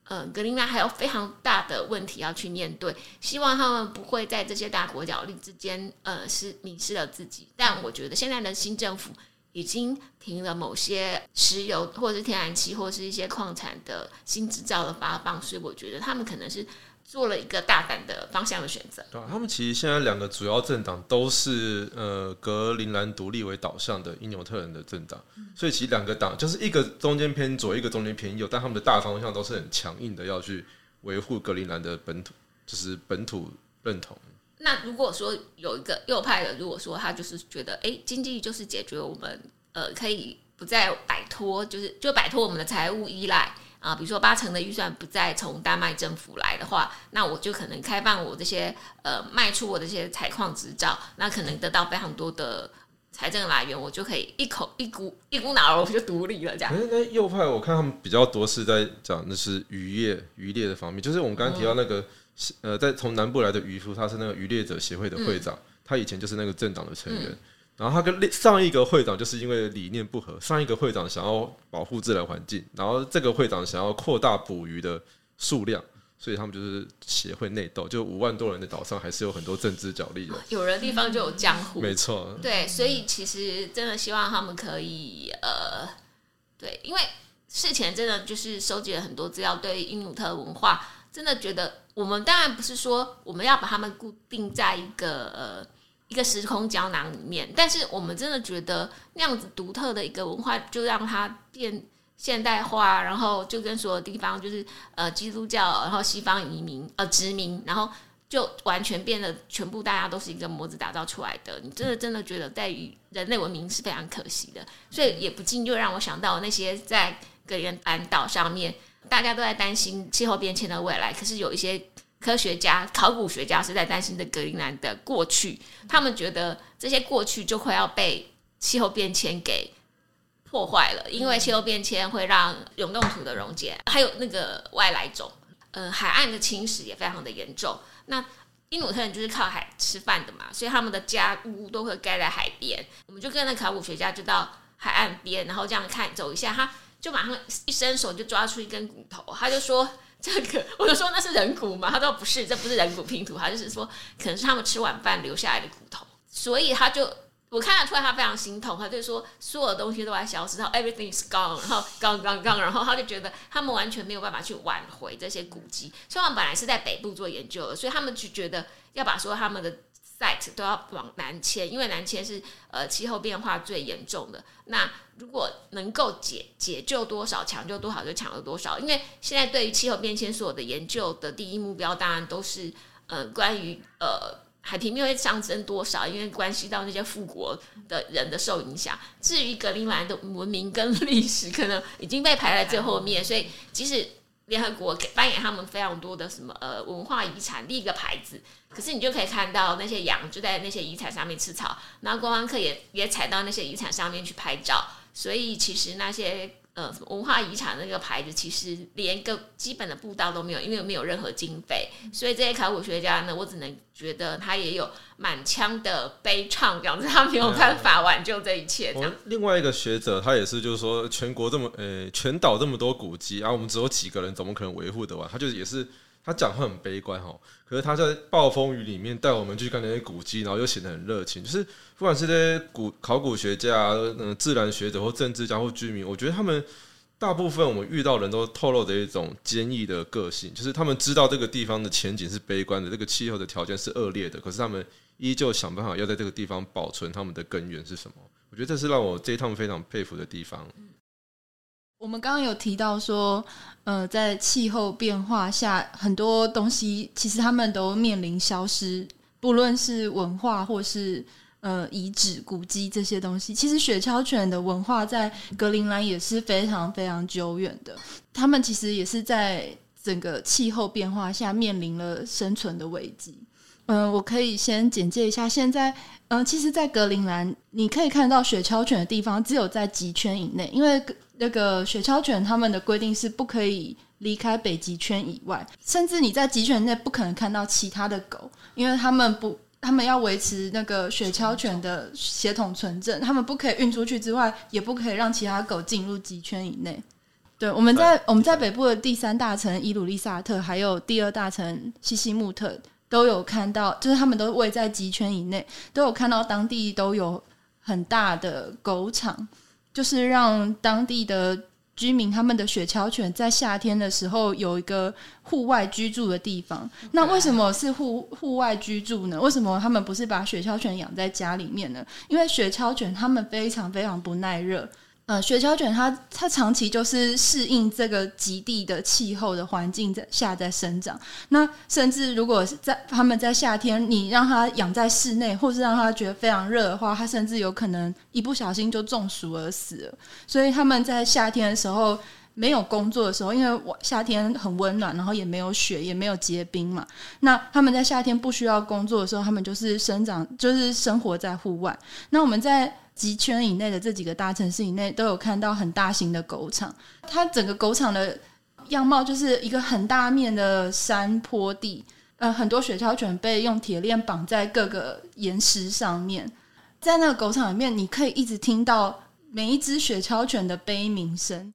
呃，格陵兰还有非常大的问题要去面对，希望他们不会在这些大国角力之间，呃，是迷失了自己。但我觉得现在的新政府已经停了某些石油或者是天然气或是一些矿产的新执照的发放，所以我觉得他们可能是做了一个大胆的方向的选择。 对啊，他们其实现在两个主要政党都是呃格陵兰独立为导向的因纽特人的政党，所以其实两个党就是一个中间偏左，一个中间偏右，但他们的大方向都是很强硬的，要去维护格陵兰的本土，就是本土认同。 那如果说有一个右派的，如果说他就是觉得，哎，经济就是解决我们呃可以不再摆脱，就是就摆脱我们的财务依赖啊，比如说八成的预算不再从丹麦政府来的话，那我就可能开放我这些呃卖出我这些采矿执照，那可能得到非常多的财政来源，我就可以一口一股一股脑儿我就独立了这样。 那那右派我看他们比较多是在讲那是渔业渔猎的方面，就是我们刚刚提到那个、嗯、呃，在从南部来的渔夫，他是那个渔猎者协会的会长、嗯，他以前就是那个政党的成员。嗯，然后他跟上一个会长就是因为理念不合，上一个会长想要保护自然环境，然后这个会长想要扩大捕鱼的数量，所以他们就是协会内斗，就五万多人的岛上还是有很多政治角力的。 有人的地方就有江湖， 没错。 对，所以其实真的希望他们可以呃，对，因为事前真的就是收集了很多资料，对因纽特文化真的觉得，我们当然不是说我们要把他们固定在一个呃。一个时空胶囊里面，但是我们真的觉得那样子独特的一个文化，就让它变现代化，然后就跟所有地方就是呃基督教，然后西方移民呃殖民，然后就完全变得全部大家都是一个模子打造出来的。你真的真的觉得在于人类文明是非常可惜的，所以也不禁就让我想到那些在格陵兰岛上面，大家都在担心气候变迁的未来，可是有一些科学家、考古学家是在担心的格陵兰的过去，他们觉得这些过去就会要被气候变迁给破坏了，因为气候变迁会让永冻土的溶解，还有那个外来种，呃，海岸的侵蚀也非常的严重。那因纽特人就是靠海吃饭的嘛，所以他们的家屋都会盖在海边。我们就跟那考古学家就到海岸边，然后这样看走一下，他就马上一伸手就抓出一根骨头，他就说。这个我就说那是人骨吗？他说不是，这不是人骨拼图，他就是说可能是他们吃晚饭留下来的骨头，所以他就我看得出来他非常心痛，他就说所有的东西都在消失，然后 everything is gone， 然后 gone gone gone， 然后他就觉得他们完全没有办法去挽回这些古迹，所以他们本来是在北部做研究的，所以他们就觉得要把说他们的 site 都要往南迁，因为南迁是呃气候变化最严重的。那如果能够解解救多少，抢救多少就抢了多少。因为现在对于气候变迁所有的研究的第一目标，当然都是呃关于呃海平面会上升多少，因为关系到那些富国的人的受影响。至于格陵兰的文明跟历史，可能已经被排在最后面，所以即使联合国颁给他们非常多的什么呃文化遗产立一个牌子，可是你就可以看到那些羊就在那些遗产上面吃草，然后观光客也也踩到那些遗产上面去拍照，所以其实那些呃文化遗产那个牌子其实连个基本的步道都没有，因为没有任何经费，所以这些考古学家呢，我只能觉得他也有满腔的悲怆，这样子他没有办法挽救这一切这样。 另外一个学者他也是就是说全国这么呃全岛这么多古迹啊，我们只有几个人怎么可能维护得完？他就也是他讲话很悲观齁，可是他在暴风雨里面带我们去看那些古迹，然后又显得很热情，就是不管是这些古考古学家、呃、自然学者或政治家或居民，我觉得他们大部分我们遇到人都透露着一种坚毅的个性，就是他们知道这个地方的前景是悲观的，这个气候的条件是恶劣的，可是他们依旧想办法要在这个地方保存他们的根源是什么。我觉得这是让我这一趟非常佩服的地方。 我们刚刚有提到说呃，在气候变化下很多东西其实他们都面临消失，不论是文化或是呃遗址古迹这些东西，其实雪橇犬的文化在格陵兰也是非常非常久远的，他们其实也是在整个气候变化下面临了生存的危机。嗯、呃，我可以先简介一下现在嗯、呃，其实在格陵兰你可以看到雪橇犬的地方只有在极圈以内，因为那个雪橇犬他们的规定是不可以离开北极圈以外，甚至你在极圈内不可能看到其他的狗，因为他们不他们要维持那个雪橇犬的血统纯正，他们不可以运出去之外，也不可以让其他狗进入极圈以内。 对，我们在我们在北部的第三大城伊鲁利萨特，还有第二大城西西木特，都有看到，就是他们都位在极圈以内，都有看到当地都有很大的狗场，就是让当地的居民他们的雪橇犬在夏天的时候有一个户外居住的地方。那为什么是户户外居住呢？为什么他们不是把雪橇犬养在家里面呢？因为雪橇犬他们非常非常不耐热。呃，雪橇犬它它长期就是适应这个极地的气候的环境下在生长。那甚至如果是在他们在夏天，你让它养在室内，或是让它觉得非常热的话，它甚至有可能一不小心就中暑而死了。所以他们在夏天的时候没有工作的时候，因为夏天很温暖，然后也没有雪，也没有结冰嘛。那他们在夏天不需要工作的时候，他们就是生长，就是生活在户外。那我们在极圈以内的这几个大城市以内都有看到很大型的狗场，它整个狗场的样貌就是一个很大面的山坡地，呃，很多雪橇犬被用铁链绑在各个岩石上面。在那个狗场里面，你可以一直听到每一只雪橇犬的悲鸣声。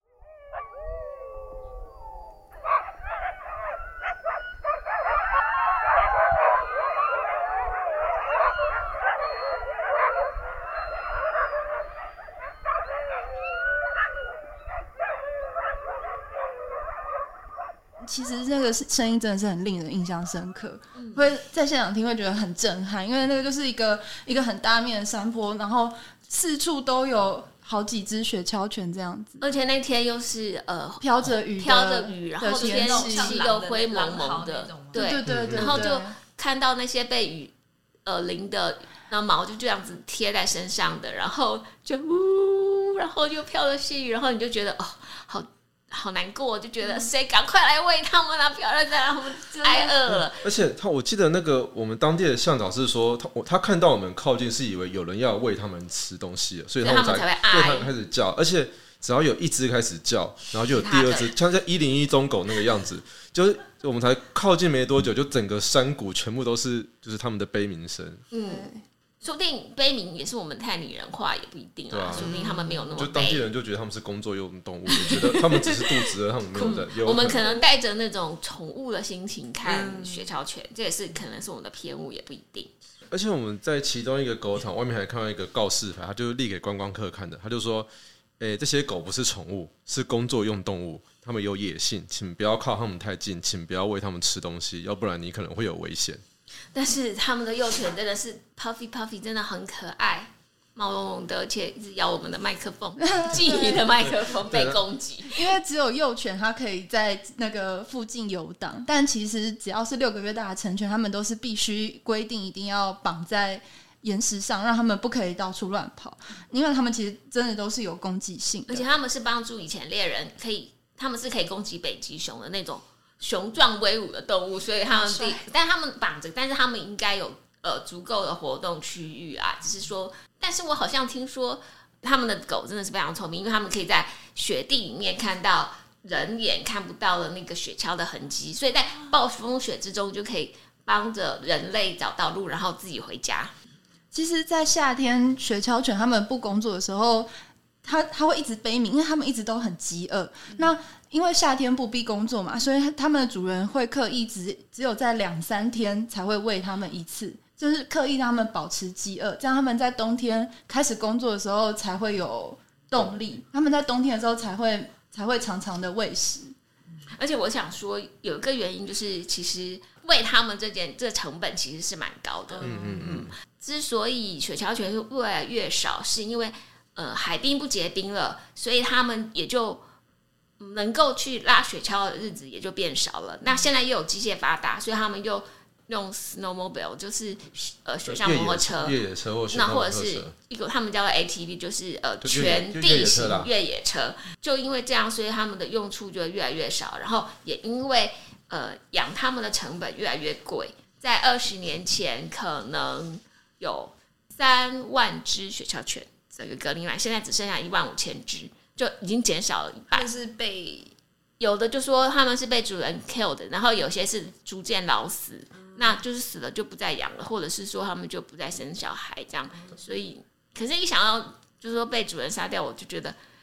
其实这个声音真的是很令人印象深刻，嗯、会在现场听会觉得很震撼，因为那个就是一个一个很大面的山坡，然后四处都有好几只雪橇犬这样子， 而且那天又是呃飘着雨， 飘着雨，然后天气又灰蒙蒙的， 对对对对， 然后就看到那些被雨呃淋的，那毛就这样子贴在身上的，然后就呜，然后就飘着细雨，然后你就觉得哦，好。好难过，就觉得谁赶快来喂他们啊！不要再让他们挨饿了。 而且他，我记得那个我们当地的向导是说，他他看到我们靠近，是以为有人要喂他们吃东西了，所以他们才才会挨， 他们开始叫。而且只要有一只开始叫，然后就有第二只，像在一零一中狗那个样子，就是我们才靠近没多久，就整个山谷全部都是就是他们的悲鸣声。 嗯。说不定悲鸣也是我们太拟人化，也不一定 啊, 啊。说不定他们没有那么悲， 就当地人就觉得他们是工作用动物，觉得他们只是肚子饿，他们没有在。 我们可能带着那种宠物的心情看雪橇犬，嗯、这也是可能是我们的偏误，也不一定。 而且我们在其中一个狗场外面还看到一个告示牌，它就是立给观光客看的，他就说：“欸，这些狗不是宠物，是工作用动物，它们有野性，请不要靠它们太近，请不要喂它们吃东西，要不然你可能会有危险。” 但是他们的幼犬真的是 puffy puffy， 真的很可爱，毛茸茸的，而且一直咬我们的麦克风，记忆的麦克风被攻击。 因为只有幼犬它可以在那个附近游荡，但其实只要是六个月大的成犬，他们都是必须规定一定要绑在岩石上，让他们不可以到处乱跑，因为他们其实真的都是有攻击性的， 而且他们是帮助以前猎人可以，他们是可以攻击北极熊的那种。雄壮威武的动物，所以他们比，但他们绑着，但是他们应该有呃足够的活动区域啊。只是说，但是我好像听说他们的狗真的是非常聪明，因为他们可以在雪地里面看到人眼看不到的那个雪橇的痕迹，所以在暴风雪之中就可以帮着人类找到路，然后自己回家。 其实，在夏天雪橇犬他们不工作的时候，它它会一直悲鸣，因为他们一直都很饥饿。嗯、那因为夏天不必工作嘛，所以他们的主人会刻意只只有在两三天才会喂他们一次，就是刻意让他们保持饥饿，这样他们在冬天开始工作的时候才会有动力，他们在冬天的时候才会才会常常的喂食。 而且我想说，有一个原因就是，其实喂他们这件这成本其实是蛮高的。嗯嗯嗯。之所以雪橇犬越来越少，是因为呃海冰不结冰了，所以他们也就。能够去拉雪橇的日子也就变少了。那现在又有机械发达，所以他们又用 snowmobile， 就是呃雪上摩托车、 越野车或那或者是一个他们叫做 A T V， 就是呃全地形越野车。就因为这样，所以他们的用处就越来越少。然后也因为呃养他们的成本越来越贵，在二十年前可能有三万只雪橇犬，这个格陵兰现在只剩下一万五千只。就已经减少了一半， 是被有的就说他们是被主人 kill 的，然后有些是逐渐老死，嗯、那就是死了就不再养了，或者是说他们就不再生小孩这样。所以，可是一想到就是说被主人杀掉，我就觉得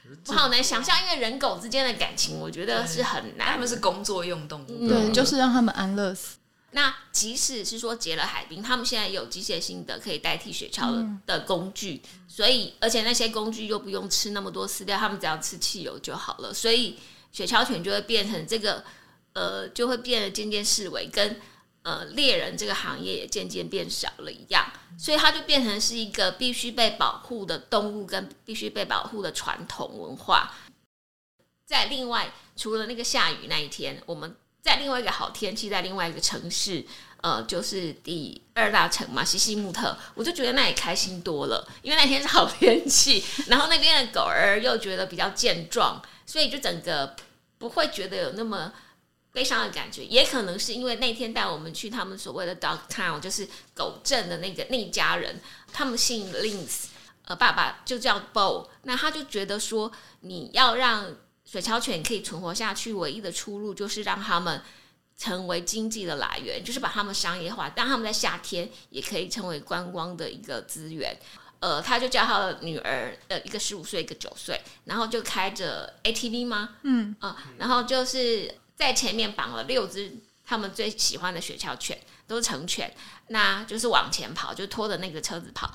我好难想象，因为人狗之间的感情，我觉得是很难。 他们是工作用动物， 对，就是让他们安乐死。 那即使是说结了海冰，他们现在也有机械性的可以代替雪橇的工具，嗯、所以而且那些工具又不用吃那么多饲料，他们只要吃汽油就好了，所以雪橇犬就会变成这个呃，就会变得渐渐式微，跟呃猎人这个行业也渐渐变少了一样，所以它就变成是一个必须被保护的动物跟必须被保护的传统文化。在另外除了那个下雨那一天，我们在另外一个好天气，在另外一个城市，呃，就是第二大城嘛，西西木特，我就觉得那里开心多了，因为那天是好天气，然后那边的狗儿又觉得比较健壮，所以就整个不会觉得有那么悲伤的感觉。也可能是因为那天带我们去他们所谓的 Dog Town， 就是狗镇的那个那一家人，他们姓 Lins， 呃，爸爸就叫 Bo， 那他就觉得说，你要让雪橇犬可以存活下去，唯一的出路就是让他们成为经济的来源，就是把他们商业化，让他们在夏天也可以成为观光的一个资源。呃，他就叫他的女儿，呃，一个十五岁，一个九岁，然后就开着 A T V 吗？嗯啊、呃，然后就是在前面绑了六只他们最喜欢的雪橇犬，都是成犬，那就是往前跑，就拖着那个车子跑。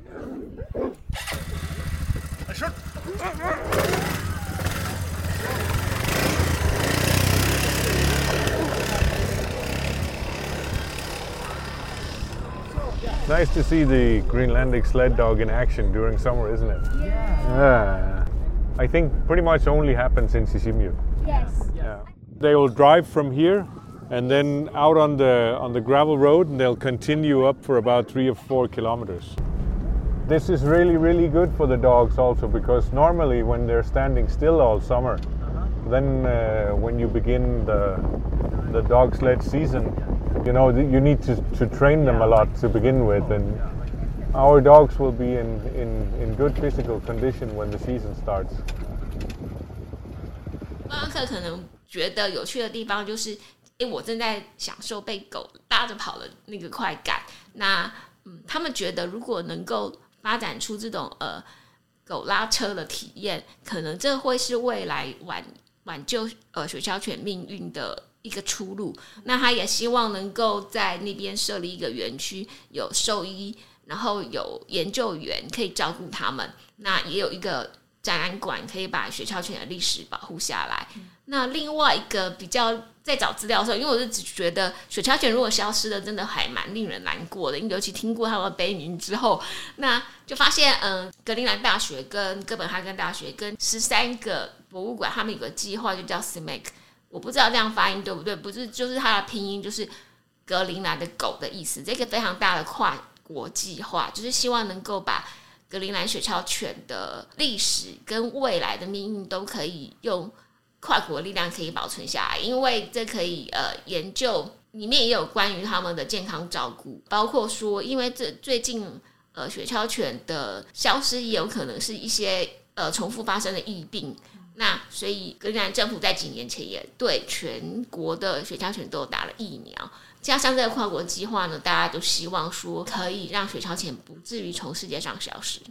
Nice to see the Greenlandic sled dog in action during summer, isn't it? Yeah. Yeah. I think pretty much only happens in Sisimiut. Yes. Yeah. They will drive from here and then out on the on the gravel road, and they'll continue up for about three or four kilometers. This is really, really good for the dogs also, because normally when they're standing still all summer, uh-huh. then uh, when you begin the the dog sled season, you know, you need to, to train them a lot to begin with, and our dogs will be in, in, in good physical condition when the season starts. 观光客可能觉得有趣的地方就是，哎，我正在享受被狗拉着跑的那个快感。那嗯，他们觉得如果能够发展出这种呃狗拉车的体验，可能这会是未来挽挽救呃雪橇犬命运的一个出路。那他也希望能够在那边设立一个园区，有兽医，然后有研究员可以照顾他们，那也有一个展览馆可以把雪橇犬的历史保护下来。嗯、那另外一个比较在找资料的时候，因为我是只觉得雪橇犬如果消失了，真的还蛮令人难过的。尤其听过他们的悲鸣之后，那就发现，嗯、呃，格陵兰大学跟哥本哈根大学跟十三个博物馆，他们有个计划，就叫 C M A C。我不知道这样发音对不对，不是，就是它的拼音就是格陵兰的狗的意思。这个非常大的跨国计划，就是希望能够把格陵兰雪橇犬的历史跟未来的命运都可以用跨国力量可以保存下来，因为这可以呃研究里面也有关于他们的健康照顾，包括说，因为这最近呃雪橇犬的消失也有可能是一些呃重复发生的疫病。那所以格陵兰政府在几年前也对全国的雪橇犬都有打了疫苗，加上这个跨国计划呢，大家都希望说可以让雪橇犬不至于从世界上消失。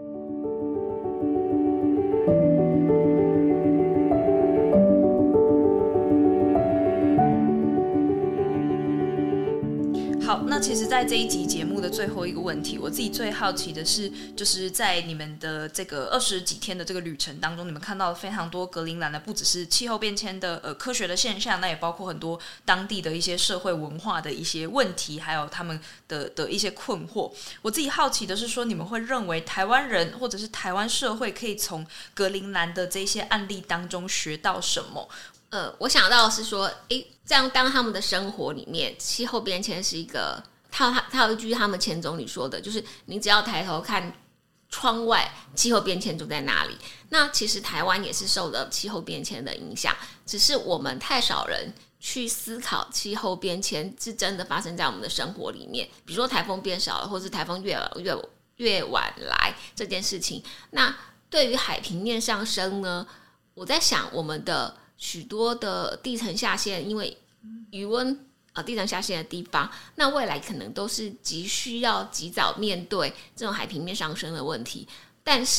好，那其实在这一集节目的最后一个问题，我自己最好奇的是，就是在你们的这个二十几天的这个旅程当中，你们看到了非常多格陵兰的不只是气候变迁的呃科学的现象，那也包括很多当地的一些社会文化的一些问题，还有他们的的一些困惑。我自己好奇的是说，你们会认为台湾人或者是台湾社会可以从格陵兰的这些案例当中学到什么？ 呃，我想到的是说，诶，这样当他们的生活里面，气候变迁是一个，他他他有一句他们前总理说的，就是你只要抬头看窗外，气候变迁就在那里。那其实台湾也是受了气候变迁的影响，只是我们太少人去思考气候变迁是真的发生在我们的生活里面，比如说台风变少了，或是台风越越越晚来这件事情。那对于海平面上升呢，我在想我们的许多的地层下陷，因为余温呃地层下陷的地方，那未来可能都是急需要及早面对这种海平面上升的问题。但是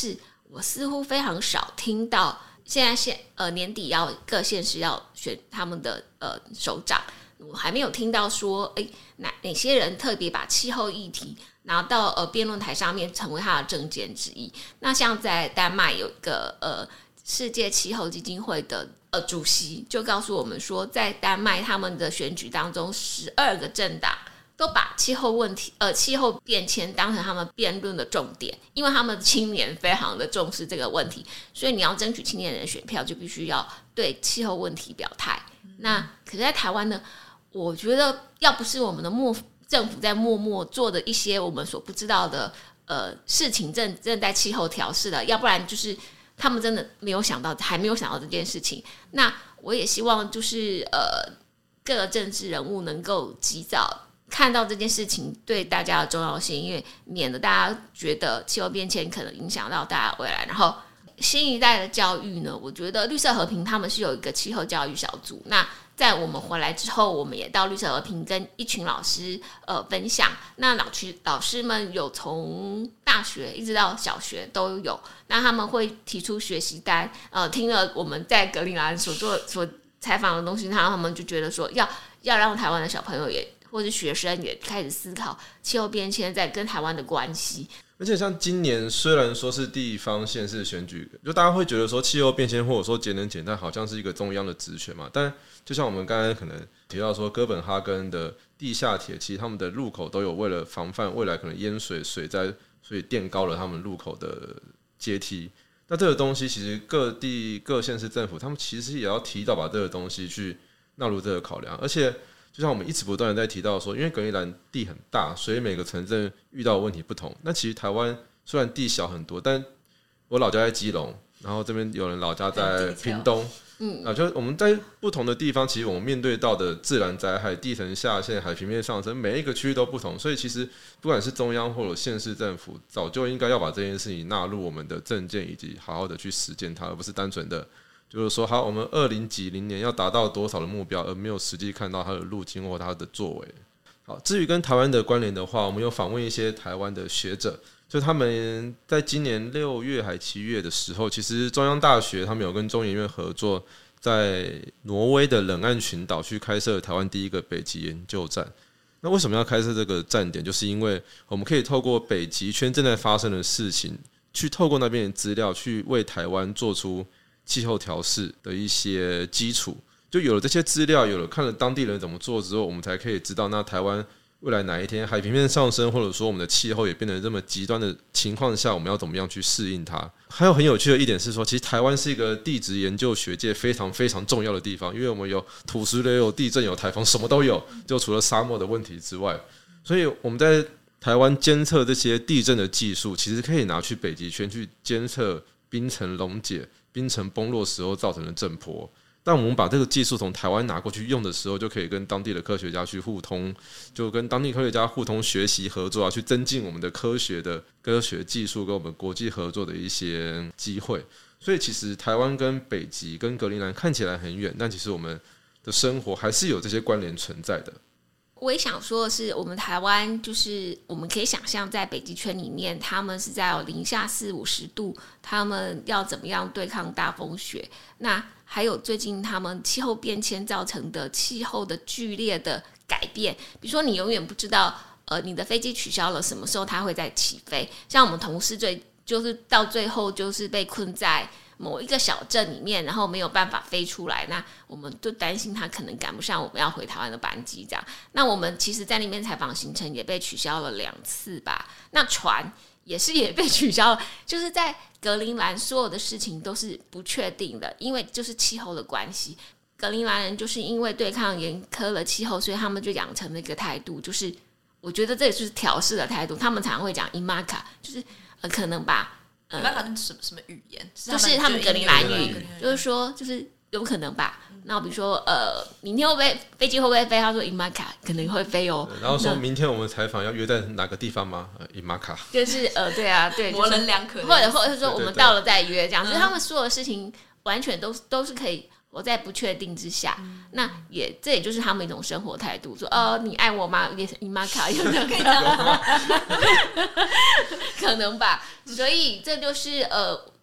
我似乎非常少听到现在县呃年底要各县市要选他们的呃首长，我还没有听到说哎哪哪些人特别把气候议题拿到呃辩论台上面成为他的政见之一。那像在丹麦有一个呃世界气候基金会的呃主席就告诉我们说，在丹麦他们的选举当中，十二个政党都把气候问题呃气候变迁当成他们辩论的重点，因为他们青年非常的重视这个问题，所以你要争取青年人的选票，就必须要对气候问题表态。嗯、那可是在台湾呢，我觉得要不是我们的默政府在默默做的一些我们所不知道的呃事情正正在气候调试的，要不然就是他们真的没有想到，还没有想到这件事情。那我也希望就是呃各个政治人物能够及早看到这件事情对大家的重要性，因为免得大家觉得气候变迁可能影响到大家未来。然后新一代的教育呢，我觉得绿色和平他们是有一个气候教育小组，那在我们回来之后，我们也到绿色和平跟一群老师呃分享。那老师老师们有从大学一直到小学都有，那他们会提出学习单，呃，听了我们在格陵兰所做所采访的东西，他们就觉得说要要让台湾的小朋友也或者学生也开始思考气候变迁在跟台湾的关系。 而且像今年虽然说是地方县市选举，就大家会觉得说气候变迁或者说节能减碳好像是一个中央的职权嘛，但就像我们刚才可能提到说哥本哈根的地下铁，其实他们的路口都有为了防范未来可能淹水水灾，所以垫高了他们路口的阶梯。那这个东西其实各地各县市政府他们其实也要提早把这个东西去纳入这个考量。而且就像我们一直不断的在提到说，因为格陵兰地很大，所以每个城镇遇到的问题不同。那其实台湾虽然地小很多，但我老家在基隆，然后这边有人老家在屏东，嗯，啊，就我们在不同的地方，其实我们面对到的自然灾害、地层下陷、海平面上升，每一个区域都不同。所以其实不管是中央或者县市政府，早就应该要把这件事情纳入我们的政见，以及好好的去实践它，而不是单纯的就是说，好，我们二零几零年要达到多少的目标，而没有实际看到它的路径或它的作为。好，至于跟台湾的关联的话，我们有访问一些台湾的学者，就他们在今年六月还七月的时候，其实中央大学他们有跟中研院合作，在挪威的冷岸群岛去开设台湾第一个北极研究站。那为什么要开设这个站点？就是因为我们可以透过北极圈正在发生的事情，去透过那边的资料，去为台湾做出气候调试的一些基础。就有了这些资料，有了看了当地人怎么做之后，我们才可以知道，那台湾未来哪一天海平面上升，或者说我们的气候也变得这么极端的情况下，我们要怎么样去适应它。还有很有趣的一点是说，其实台湾是一个地质研究学界非常非常重要的地方，因为我们有土石流、有地震、有台风，什么都有，就除了沙漠的问题之外，所以我们在台湾监测这些地震的技术，其实可以拿去北极圈去监测冰层溶解、冰层崩落时候造成的震波。但我们把这个技术从台湾拿过去用的时候，就可以跟当地的科学家去互通，就跟当地科学家互通学习合作啊，去增进我们的科学的科学技术跟我们国际合作的一些机会。所以其实台湾跟北极跟格陵兰看起来很远，但其实我们的生活还是有这些关联存在的。 我也想说的是，我们台湾就是我们可以想象，在北极圈里面，他们是在有零下四五十度，他们要怎么样对抗大风雪？那还有最近他们气候变迁造成的气候的剧烈的改变，比如说你永远不知道，呃，你的飞机取消了，什么时候它会再起飞？像我们同事最就是到最后就是被困在某一个小镇里面，然后没有办法飞出来，那我们就担心他可能赶不上我们要回台湾的班机这样。那我们其实在那边采访行程也被取消了两次吧，那船也是也被取消了，就是在格陵兰所有的事情都是不确定的，因为就是气候的关系。格陵兰人就是因为对抗严苛的气候，所以他们就养成了一个态度，就是我觉得这也就是调试的态度。他们常常会讲 Imaka， 就是、呃、可能吧 Imaka 是什么什么语言？ 就是他们格陵兰语，就是说就是有可能吧。那比如说呃，明天会不会飞机会不会飞？他说 Imaka 可能会飞哦。 然后说明天我们采访要约在哪个地方吗？呃 Imaka 就是呃对啊对， 模棱两可， 或者或者说我们到了再约这样，就是他们所有的事情完全都都是可以活在不确定之下。嗯、那也这也就是他们一种生活态度，说呃你爱我吗？也 Imaka 有没有可能？可能吧。所以这就是呃。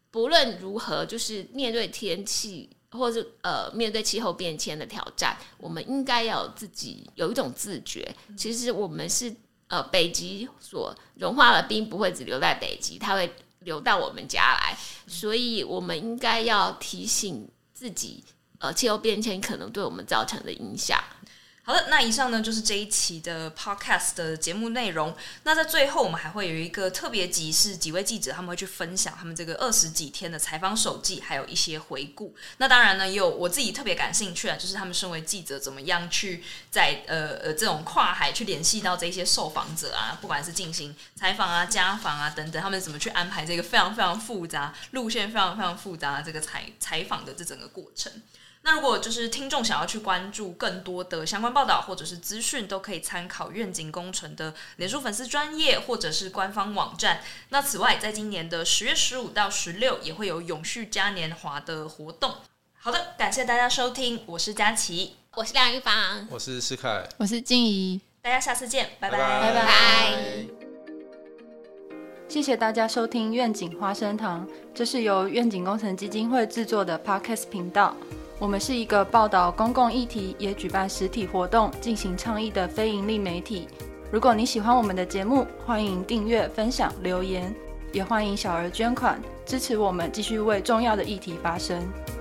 不论如何，就是面对天气或者呃面对气候变迁的挑战，我们应该要有自己有一种自觉。其实我们是呃北极所融化的冰不会只留在北极，它会流到我们家来，所以我们应该要提醒自己，呃，气候变迁可能对我们造成的影响。 好的，那以上呢就是这一期的 podcast 的节目内容。那在最后，我们还会有一个特别集，是几位记者他们会去分享他们这个二十几天的采访手记，还有一些回顾。那当然呢，也有我自己特别感兴趣的，就是他们身为记者怎么样去在呃呃这种跨海去联系到这些受访者啊，不管是进行采访啊、家访啊等等，他们怎么去安排这个非常非常复杂、路线非常非常复杂的这个采采访的这整个过程。那如果就是听众想要去关注更多的相关报道或者是资讯，都可以参考愿景工程的脸书粉丝专页或者是官方网站。那此外，在今年的十月十五到十六也会有永续嘉年华的活动。好的，感谢大家收听，我是佳琪， 我是梁玉芳， 我是施凯， 我是静怡， 大家下次见，拜拜， 拜拜。 拜。 谢谢大家收听愿景花生堂，这是由愿景工程基金会制作的 Podcast 频道。我们是一个报道公共议题，也举办实体活动进行倡议的非营利媒体。如果你喜欢我们的节目，欢迎订阅、分享、留言，也欢迎小额捐款支持我们继续为重要的议题发声。